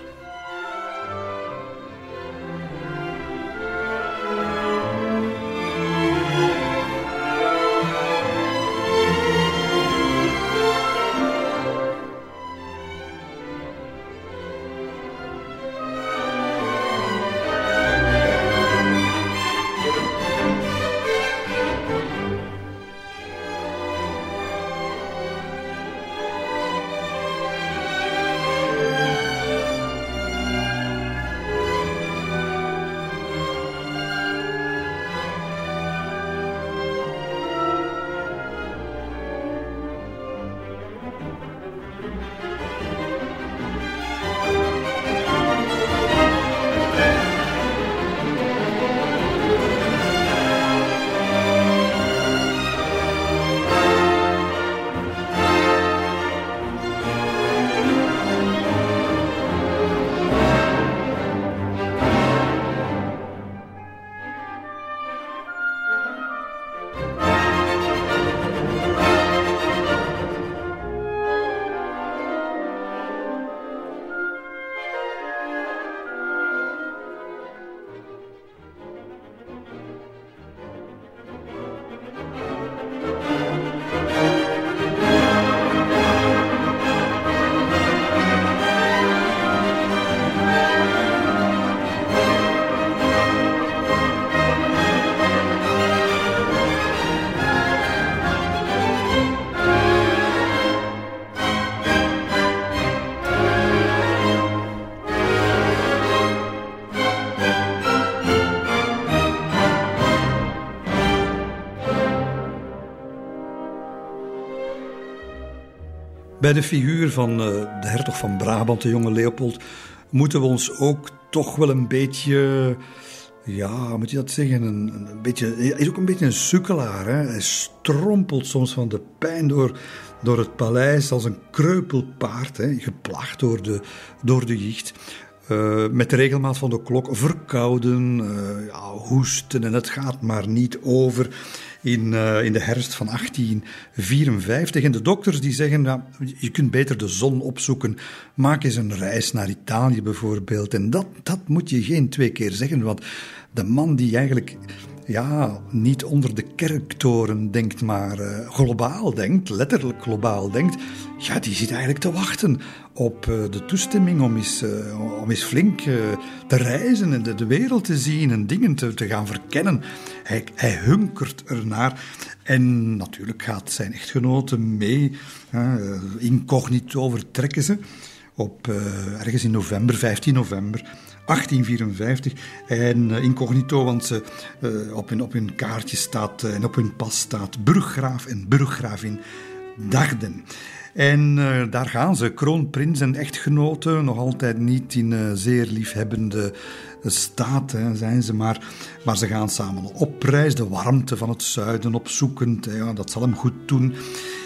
Bij de figuur van uh, de hertog van Brabant, de jonge Leopold, moeten we ons ook toch wel een beetje... Ja, hoe moet je dat zeggen? Een, een beetje, hij is ook een beetje een sukkelaar. Hè? Hij strompelt soms van de pijn door, door het paleis als een kreupelpaard, hè? Geplaagd door de, door de jicht. Uh, met de regelmaat van de klok, verkouden, uh, ja, hoesten en het gaat maar niet over in, uh, in de herfst van achttien vierenvijftig. En de dokters die zeggen, ja, je kunt beter de zon opzoeken, maak eens een reis naar Italië bijvoorbeeld. En dat, dat moet je geen twee keer zeggen, want de man die eigenlijk... Ja, niet onder de kerktoren denkt, maar uh, globaal denkt, letterlijk globaal denkt, ja, die zit eigenlijk te wachten op uh, de toestemming om eens, uh, om eens flink uh, te reizen en de, de wereld te zien en dingen te, te gaan verkennen. Hij, hij hunkert ernaar. En natuurlijk gaat zijn echtgenote mee. Uh, incognito vertrekken ze op uh, ergens in november, vijftien november... achttien vierenvijftig en uh, incognito, want ze, uh, op, hun, op hun kaartje staat uh, en op hun pas staat burggraaf en burggravin Darden. En uh, daar gaan ze, kroonprins en echtgenote, nog altijd niet in uh, zeer liefhebbende staat hè, zijn ze, maar, maar ze gaan samen op reis, de warmte van het zuiden opzoekend, hè, ja, dat zal hem goed doen.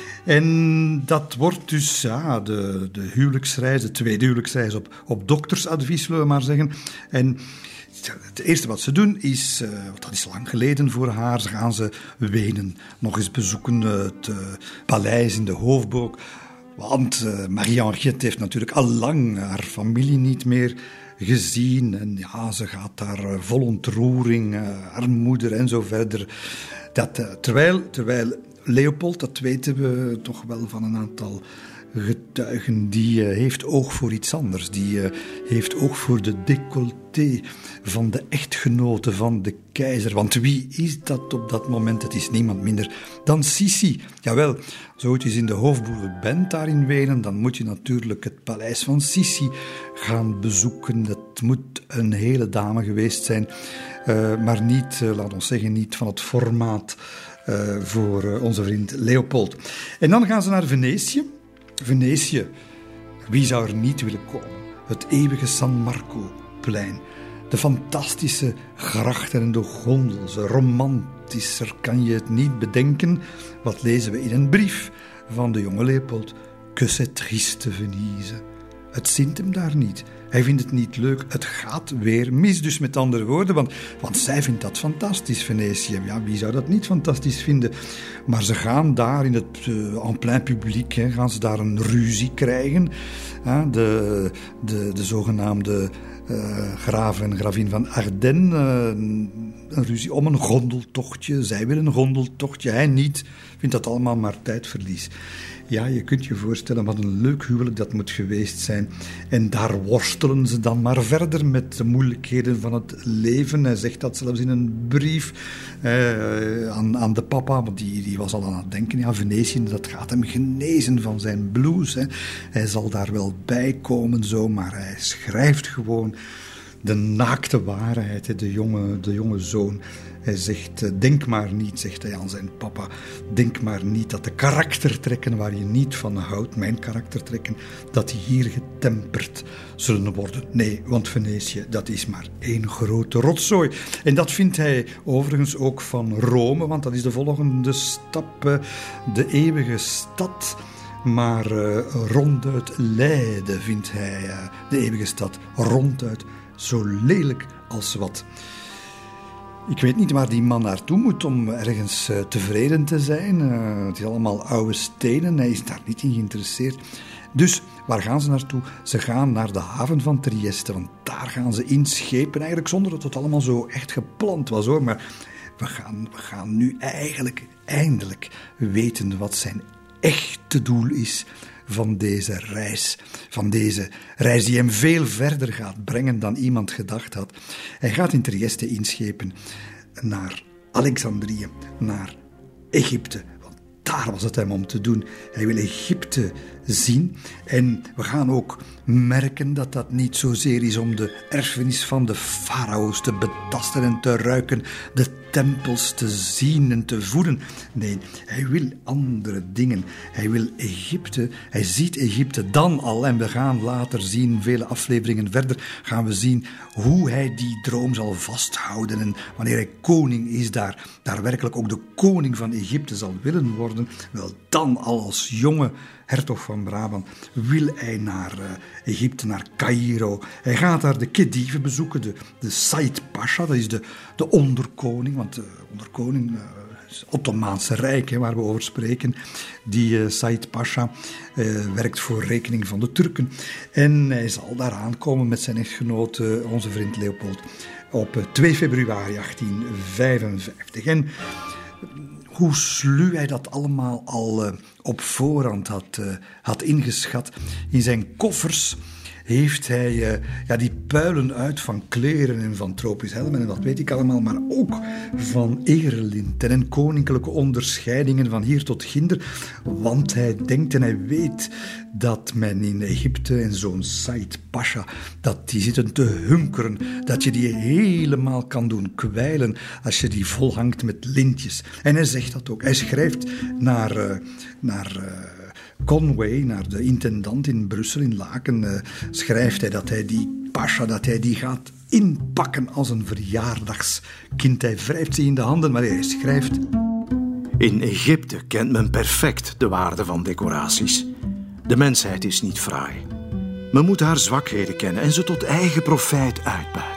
En dat wordt dus ja, de, de huwelijksreis, de tweede huwelijksreis op, op doktersadvies, zullen we maar zeggen. En het eerste wat ze doen is, uh, dat is lang geleden voor haar, ze gaan ze Wenen nog eens bezoeken, uh, het uh, paleis in de Hoofdburg. Want uh, Marie-Henriette heeft natuurlijk al lang haar familie niet meer gezien. En ja, ze gaat daar uh, vol ontroering, uh, haar moeder en zo verder. Dat, uh, terwijl... terwijl Leopold, dat weten we toch wel van een aantal getuigen, die uh, heeft oog voor iets anders. Die uh, heeft oog voor de décolleté van de echtgenote van de keizer. Want wie is dat op dat moment? Het is niemand minder dan Sissi. Jawel, zo het is in de Hofburg bent daar in Wenen, dan moet je natuurlijk het paleis van Sissi gaan bezoeken. Dat moet een hele dame geweest zijn, uh, maar niet, uh, laat ons zeggen, niet van het formaat Uh, voor uh, onze vriend Leopold. En dan gaan ze naar Venetië. Venetië, wie zou er niet willen komen? Het eeuwige San Marco-plein. De fantastische grachten en de gondels. Romantischer kan je het niet bedenken. Wat lezen we in een brief van de jonge Leopold? Que c'est triste Venise. Het zint hem daar niet. Hij vindt het niet leuk. Het gaat weer mis. Dus met andere woorden, want, want zij vindt dat fantastisch, Venetië. Ja, wie zou dat niet fantastisch vinden? Maar ze gaan daar in het uh, en plein publiek, hè, gaan ze daar een ruzie krijgen. Hè, de, de, de zogenaamde uh, graaf en gravin van Ardennes. Uh, een ruzie om een gondeltochtje. Zij willen een gondeltochtje, hij niet. Vindt dat allemaal maar tijdverlies. Ja, je kunt je voorstellen wat een leuk huwelijk dat moet geweest zijn. En daar worstelen ze dan maar verder met de moeilijkheden van het leven. Hij zegt dat zelfs in een brief eh, aan, aan de papa, want die, die was al aan het denken, ja, Venetië, dat gaat hem genezen van zijn blues. Hè. Hij zal daar wel bij komen zo, maar hij schrijft gewoon de naakte waarheid, hè, de jonge, de jonge zoon. Hij zegt, denk maar niet, zegt hij aan zijn papa, denk maar niet dat de karaktertrekken waar je niet van houdt, mijn karaktertrekken, dat die hier getemperd zullen worden. Nee, want Venetië, dat is maar één grote rotzooi. En dat vindt hij overigens ook van Rome, want dat is de volgende stap, de eeuwige stad. Maar uh, ronduit Leiden vindt hij uh, de eeuwige stad, ronduit zo lelijk als wat. Ik weet niet waar die man naartoe moet om ergens uh, tevreden te zijn. Uh, het is allemaal oude stenen, hij is daar niet in geïnteresseerd. Dus waar gaan ze naartoe? Ze gaan naar de haven van Trieste, want daar gaan ze inschepen. Eigenlijk zonder dat het allemaal zo echt gepland was, hoor. Maar we gaan, we gaan nu eigenlijk eindelijk weten wat zijn echte doel is van deze reis. Van deze reis die hem veel verder gaat brengen dan iemand gedacht had. Hij gaat in Trieste inschepen naar Alexandrië, naar Egypte. Want daar was het hem om te doen. Hij wil Egypte zien. En we gaan ook merken dat dat niet zozeer is om de erfenis van de farao's te betasten en te ruiken. De tempels te zien en te voeden. Nee, hij wil andere dingen. Hij wil Egypte. Hij ziet Egypte dan al. En we gaan later zien, vele afleveringen verder, gaan we zien hoe hij die droom zal vasthouden. En wanneer hij koning is daar, daar werkelijk ook de koning van Egypte zal willen worden. Wel, dan al als jonge hertog van Brabant wil hij naar uh, Egypte, naar Caïro. Hij gaat daar de Khedive bezoeken, de, de Said Pasha, dat is de, de onderkoning, want de onderkoning, uh, het Ottomaanse Rijk, hè, waar we over spreken. Die uh, Said Pasha uh, werkt voor rekening van de Turken. En hij zal daar aankomen met zijn echtgenoot, uh, onze vriend Leopold, op uh, twee februari achttien vijfenvijftig. En hoe sluw hij dat allemaal al uh, op voorhand had, uh, had ingeschat. In zijn koffers heeft hij uh, ja, die puilen uit van kleren en van tropisch helmen en dat weet ik allemaal, maar ook van erelinten en koninklijke onderscheidingen van hier tot ginder, want hij denkt en hij weet dat men in Egypte en zo'n Said Pasha, dat die zitten te hunkeren, dat je die helemaal kan doen kwijlen als je die volhangt met lintjes. En hij zegt dat ook. Hij schrijft naar, uh, naar uh, Conway, naar de intendant in Brussel, in Laken, uh, schrijft hij dat hij die Pasha, dat hij die gaat inpakken als een verjaardagskind. Hij wrijft ze in de handen, maar hij schrijft: in Egypte kent men perfect de waarde van decoraties. De mensheid is niet fraai. Men moet haar zwakheden kennen en ze tot eigen profijt uitbuiten.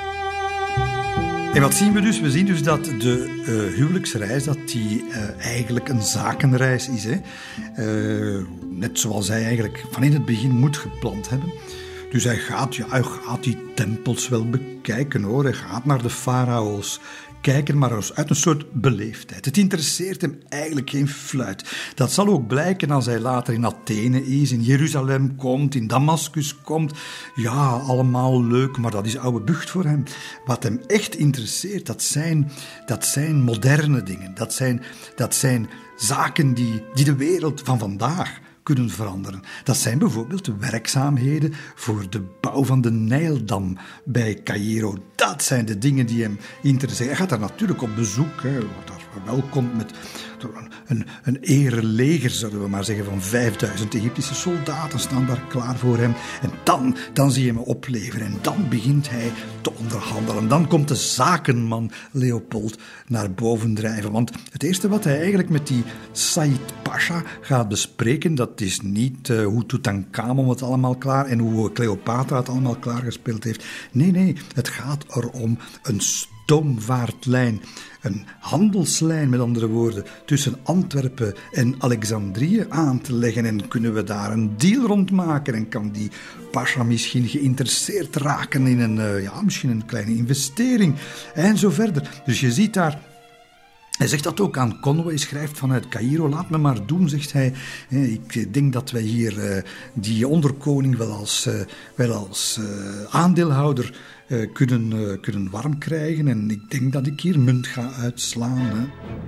En wat zien we dus? We zien dus dat de uh, huwelijksreis, dat die uh, eigenlijk een zakenreis is. Hè? Uh, net zoals hij eigenlijk van in het begin moet gepland hebben. Dus hij gaat, ja, hij gaat die tempels wel bekijken, hoor. Hij gaat naar de farao's kijken, maar uit een soort beleefdheid. Het interesseert hem eigenlijk geen fluit. Dat zal ook blijken als hij later in Athene is, in Jeruzalem komt, in Damascus komt. Ja, allemaal leuk, maar dat is oude bucht voor hem. Wat hem echt interesseert, dat zijn, dat zijn moderne dingen. Dat zijn, dat zijn zaken die, die de wereld van vandaag kunnen veranderen. Dat zijn bijvoorbeeld de werkzaamheden voor de bouw van de Nijldam bij Caïro. Dat zijn de dingen die hem interesseren. Hij gaat daar natuurlijk op bezoek, hè, wordt daar verwelkomd met een, een ereleger, zouden we maar zeggen, van vijfduizend Egyptische soldaten staan daar klaar voor hem. En dan, dan zie je hem opleveren en dan begint hij te onderhandelen. Dan komt de zakenman Leopold naar boven drijven. Want het eerste wat hij eigenlijk met die Said Pasha gaat bespreken, dat is niet uh, hoe Tutankhamon het allemaal klaar en hoe Cleopatra het allemaal klaargespeeld heeft. Nee, nee, het gaat erom een stoomvaartlijn, een handelslijn, met andere woorden, tussen Antwerpen en Alexandrië aan te leggen. En kunnen we daar een deal rond maken en kan die Pasha misschien geïnteresseerd raken in een, uh, ja, misschien een kleine investering en zo verder. Dus je ziet daar. Hij zegt dat ook aan Conway, schrijft vanuit Caïro, laat me maar doen, zegt hij. Ik denk dat wij hier uh, die onderkoning wel als, uh, wel als uh, aandeelhouder uh, kunnen, uh, kunnen warm krijgen. En ik denk dat ik hier munt ga uitslaan. Hè.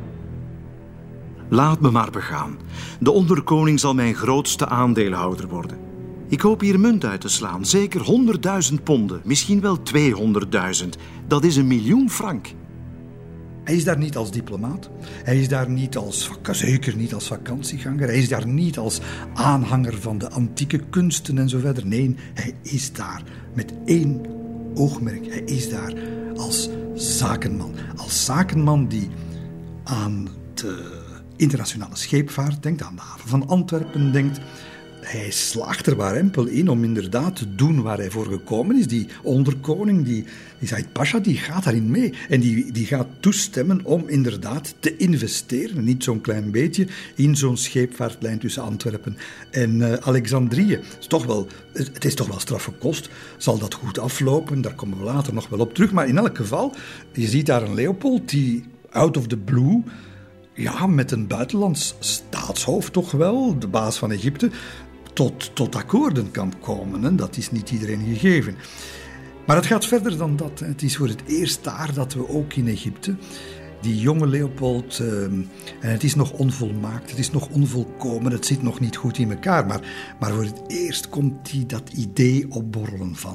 Laat me maar begaan. De onderkoning zal mijn grootste aandeelhouder worden. Ik hoop hier munt uit te slaan, zeker honderdduizend ponden, misschien wel tweehonderdduizend. Dat is een miljoen frank. Hij is daar niet als diplomaat, hij is daar niet als, zeker niet als vakantieganger, hij is daar niet als aanhanger van de antieke kunsten en zo verder. Nee, hij is daar met één oogmerk. Hij is daar als zakenman. Als zakenman die aan de internationale scheepvaart denkt, aan de haven van Antwerpen denkt. Hij slaagt er warempel in om inderdaad te doen waar hij voor gekomen is. Die onderkoning, die, die Said Pasha, die gaat daarin mee. En die, die gaat toestemmen om inderdaad te investeren, niet zo'n klein beetje, in zo'n scheepvaartlijn tussen Antwerpen en uh, Alexandrië. Het is, toch wel, het is toch wel straffe kost. Zal dat goed aflopen? Daar komen we later nog wel op terug. Maar in elk geval, je ziet daar een Leopold die out of the blue, ja, met een buitenlands staatshoofd toch wel, de baas van Egypte, tot, tot akkoorden kan komen. Hè. Dat is niet iedereen gegeven. Maar het gaat verder dan dat. Het is voor het eerst daar dat we ook in Egypte die jonge Leopold, uh, en het is nog onvolmaakt, het is nog onvolkomen, het zit nog niet goed in elkaar, maar, maar voor het eerst komt die dat idee opborrelen van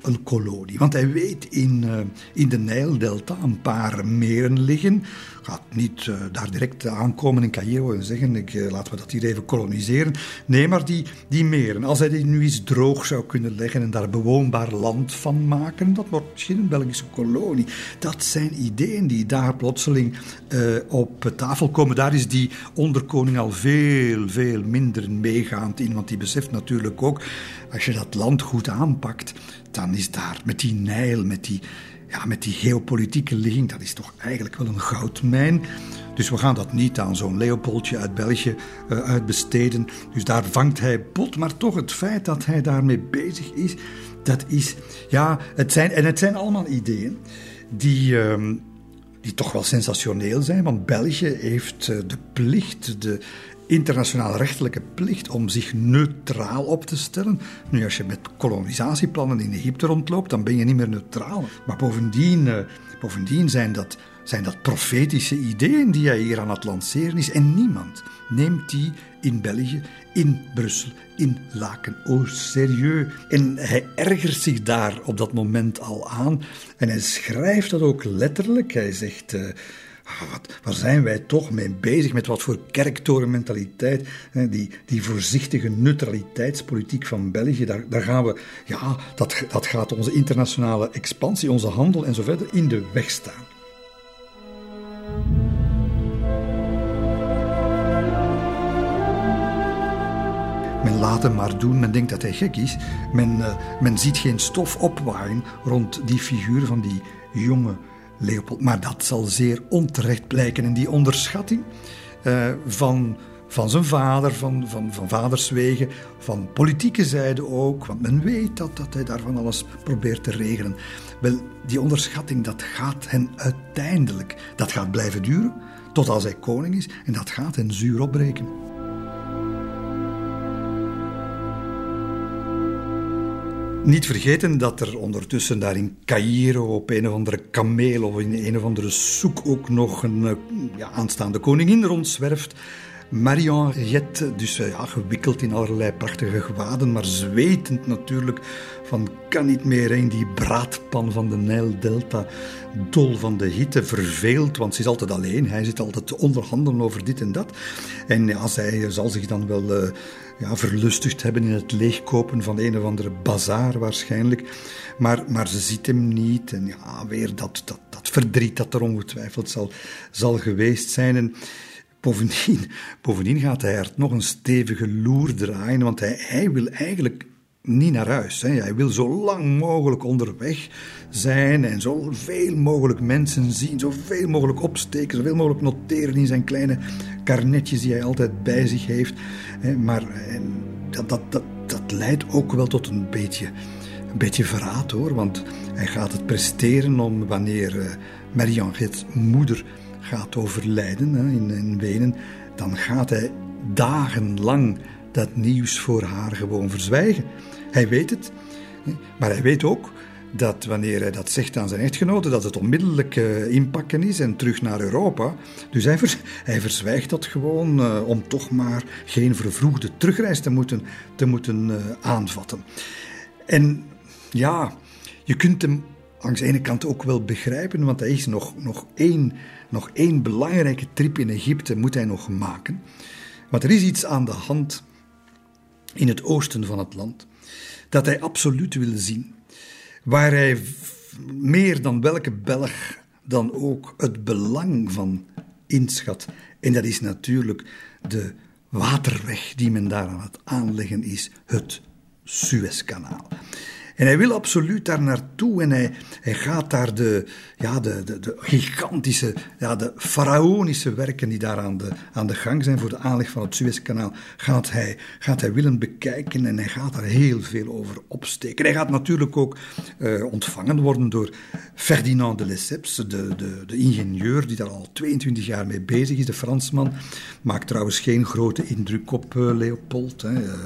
een kolonie. Want hij weet in, uh, in de Nijldelta een paar meren liggen. Gaat niet uh, daar direct aankomen in Caïro en zeggen, ik, uh, laten we dat hier even koloniseren. Nee, maar die, die meren, als hij die nu eens droog zou kunnen leggen en daar bewoonbaar land van maken, dat wordt misschien een Belgische kolonie. Dat zijn ideeën die daar plotseling uh, op tafel komen. Daar is die onderkoning al veel, veel minder meegaand in, want die beseft natuurlijk ook, als je dat land goed aanpakt, dan is daar met die Nijl, met die, ja, met die geopolitieke ligging, dat is toch eigenlijk wel een goudmijn. Dus we gaan dat niet aan zo'n Leopoldje uit België uh, uitbesteden. Dus daar vangt hij bot. Maar toch het feit dat hij daarmee bezig is, dat is, ja, het zijn, en het zijn allemaal ideeën die, uh, die toch wel sensationeel zijn. Want België heeft uh, de plicht, de internationaal rechtelijke plicht om zich neutraal op te stellen. Nu, als je met kolonisatieplannen in Egypte rondloopt, dan ben je niet meer neutraal. Maar bovendien, uh, bovendien zijn dat, zijn dat profetische ideeën die hij hier aan het lanceren is. En niemand neemt die in België, in Brussel, in Laken au sérieux. En hij ergert zich daar op dat moment al aan. En hij schrijft dat ook letterlijk. Hij zegt... Uh, Wat, waar zijn wij toch mee bezig, met wat voor kerktorenmentaliteit, hè, die, die voorzichtige neutraliteitspolitiek van België, daar, daar gaan we, ja, dat, dat gaat onze internationale expansie, onze handel en zo verder in de weg staan. Men laat hem maar doen, men denkt dat hij gek is, men, uh, men ziet geen stof opwaaien rond die figuur van die jonge Leopold, maar dat zal zeer onterecht blijken. En die onderschatting uh, van, van zijn vader, van, van, van vaderswege, van politieke zijde ook, want men weet dat, dat hij daar van alles probeert te regelen. Wel, die onderschatting, dat gaat hen uiteindelijk, dat gaat blijven duren, tot als hij koning is, en dat gaat hen zuur opbreken. Niet vergeten dat er ondertussen daar in Caïro op een of andere kameel of in een of andere soek ook nog een ja, aanstaande koningin rondzwerft. Marie-Henriette, dus ja, gewikkeld in allerlei prachtige gewaden, maar zwetend natuurlijk van kan niet meer in die braadpan van de Nijldelta, dol van de hitte, verveeld, want ze is altijd alleen. Hij zit altijd te onderhandelen over dit en dat. En ja, zij zal zich dan wel uh, ja, verlustigd hebben in het leegkopen van een of andere bazaar waarschijnlijk. Maar, maar ze ziet hem niet. En ja, weer dat, dat, dat verdriet dat er ongetwijfeld zal, zal geweest zijn. En Bovendien, bovendien gaat hij er nog een stevige loer draaien, want hij, hij wil eigenlijk niet naar huis. Hè. Hij wil zo lang mogelijk onderweg zijn en zoveel mogelijk mensen zien, zoveel mogelijk opsteken, zoveel mogelijk noteren in zijn kleine karnetjes die hij altijd bij zich heeft. Maar dat, dat, dat, dat leidt ook wel tot een beetje, een beetje verraad, hoor, want hij gaat het presteren om wanneer Marie-Henriette's moeder gaat overlijden hè, in, in Wenen, dan gaat hij dagenlang dat nieuws voor haar gewoon verzwijgen. Hij weet het, maar hij weet ook dat wanneer hij dat zegt aan zijn echtgenote, dat het onmiddellijk uh, inpakken is en terug naar Europa. Dus hij, vers, hij verzwijgt dat gewoon uh, om toch maar geen vervroegde terugreis te moeten, te moeten uh, aanvatten. En ja, je kunt hem langs de ene kant ook wel begrijpen, want hij is nog, nog, één, nog één belangrijke trip in Egypte moet hij nog maken. Want er is iets aan de hand in het oosten van het land dat hij absoluut wil zien. Waar hij meer dan welke Belg dan ook het belang van inschat. En dat is natuurlijk de waterweg die men daar aan het aanleggen is, het Suezkanaal. En hij wil absoluut daar naartoe en hij, hij gaat daar de, ja, de, de, de gigantische, ja, de faraonische werken die daar aan de, aan de gang zijn voor de aanleg van het Suezkanaal, gaat hij, gaat hij willen bekijken en hij gaat daar heel veel over opsteken. Hij gaat natuurlijk ook uh, ontvangen worden door Ferdinand de Lesseps, de, de, de ingenieur die daar al tweeëntwintig jaar mee bezig is, de Fransman. Maakt trouwens geen grote indruk op uh, Leopold, hè. Uh,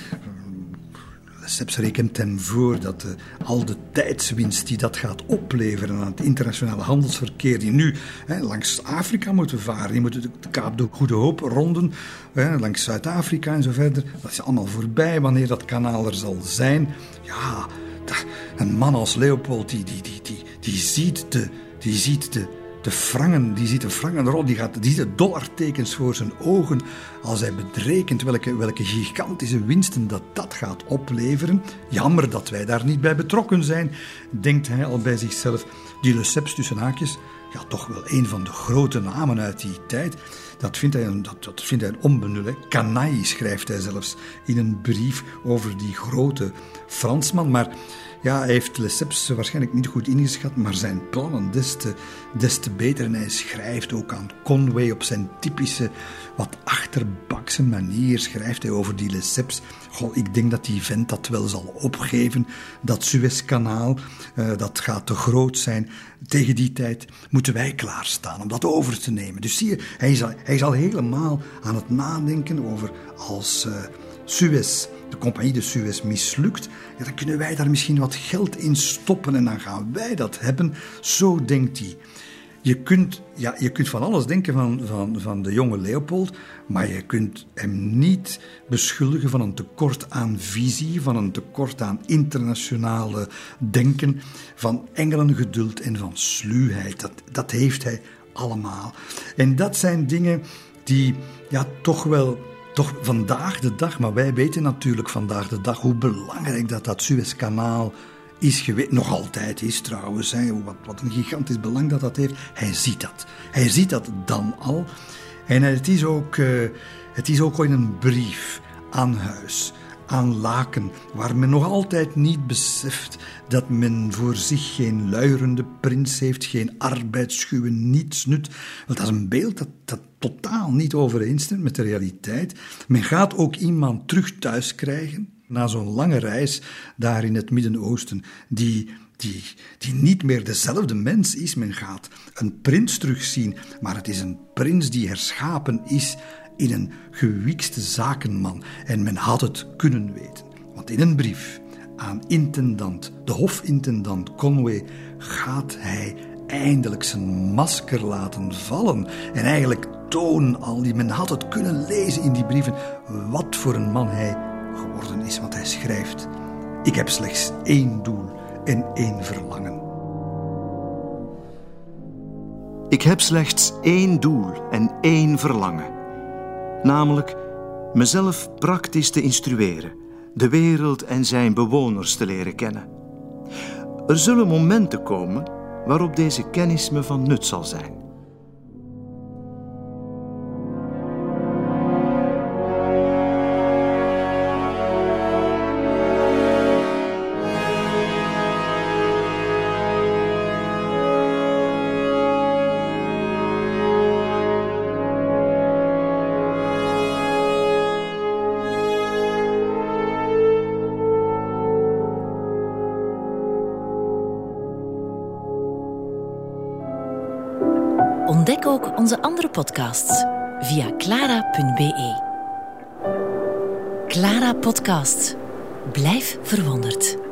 Lesseps rekent hem voor dat uh, al de tijdswinst die dat gaat opleveren aan het internationale handelsverkeer, die nu hè, langs Afrika moeten varen, die moeten de Kaap de Goede Hoop ronden, hè, langs Zuid-Afrika en zo verder, dat is allemaal voorbij wanneer dat kanaal er zal zijn. Ja, Een man als Leopold, die, die, die, die, die ziet de... Die ziet de De frangen, die ziet de frangenrol, die, gaat, die ziet de dollartekens voor zijn ogen als hij berekent welke, welke gigantische winsten dat dat gaat opleveren. Jammer dat wij daar niet bij betrokken zijn, denkt hij al bij zichzelf. Die Lesseps tussen haakjes, ja, toch wel een van de grote namen uit die tijd. Dat vindt hij een, dat, dat vindt hij een onbenul. Hè. Canaille schrijft hij zelfs in een brief over die grote Fransman, maar... Ja, hij heeft Lesseps waarschijnlijk niet goed ingeschat, maar zijn plannen des te, des te beter. En hij schrijft ook aan Conway op zijn typische, wat achterbakse manier, schrijft hij over die Lesseps. Goh, ik denk dat die vent dat wel zal opgeven, dat Suezkanaal, uh, dat gaat te groot zijn. Tegen die tijd moeten wij klaarstaan om dat over te nemen. Dus zie je, hij is al, hij is al helemaal aan het nadenken over als uh, Suez... de compagnie de Suez mislukt, ja, dan kunnen wij daar misschien wat geld in stoppen en dan gaan wij dat hebben. Zo denkt hij. Je kunt, ja, je kunt van alles denken van, van, van de jonge Leopold, maar je kunt hem niet beschuldigen van een tekort aan visie, van een tekort aan internationale denken, van engelengeduld en van sluwheid. Dat, dat heeft hij allemaal. En dat zijn dingen die ja, toch wel... Toch vandaag de dag, maar wij weten natuurlijk vandaag de dag hoe belangrijk dat dat Suezkanaal is geweest. Nog altijd is trouwens, hè, wat, wat een gigantisch belang dat dat heeft. Hij ziet dat. Hij ziet dat dan al. En het is ook, uh, het is ook in een brief aan huis, aan Laken, waar men nog altijd niet beseft dat men voor zich geen luierende prins heeft, geen arbeidsschuwe nietsnut. Want dat is een beeld dat, dat totaal niet overeenstemt met de realiteit. Men gaat ook iemand terug thuis krijgen, na zo'n lange reis daar in het Midden-Oosten, die... Die, die niet meer dezelfde mens is. Men gaat een prins terugzien, maar het is een prins die herschapen is in een gewiekste zakenman. En men had het kunnen weten. Want in een brief aan intendant, de hofintendant Conway, gaat hij eindelijk zijn masker laten vallen. En eigenlijk tonen al die, men had het kunnen lezen in die brieven, wat voor een man hij geworden is. Want hij schrijft, ik heb slechts één doel en één verlangen. Ik heb slechts één doel en één verlangen. Namelijk mezelf praktisch te instrueren, de wereld en zijn bewoners te leren kennen. Er zullen momenten komen waarop deze kennis me van nut zal zijn. Ontdek ook onze andere podcasts via clara punt b e. Clara Podcast. Blijf verwonderd.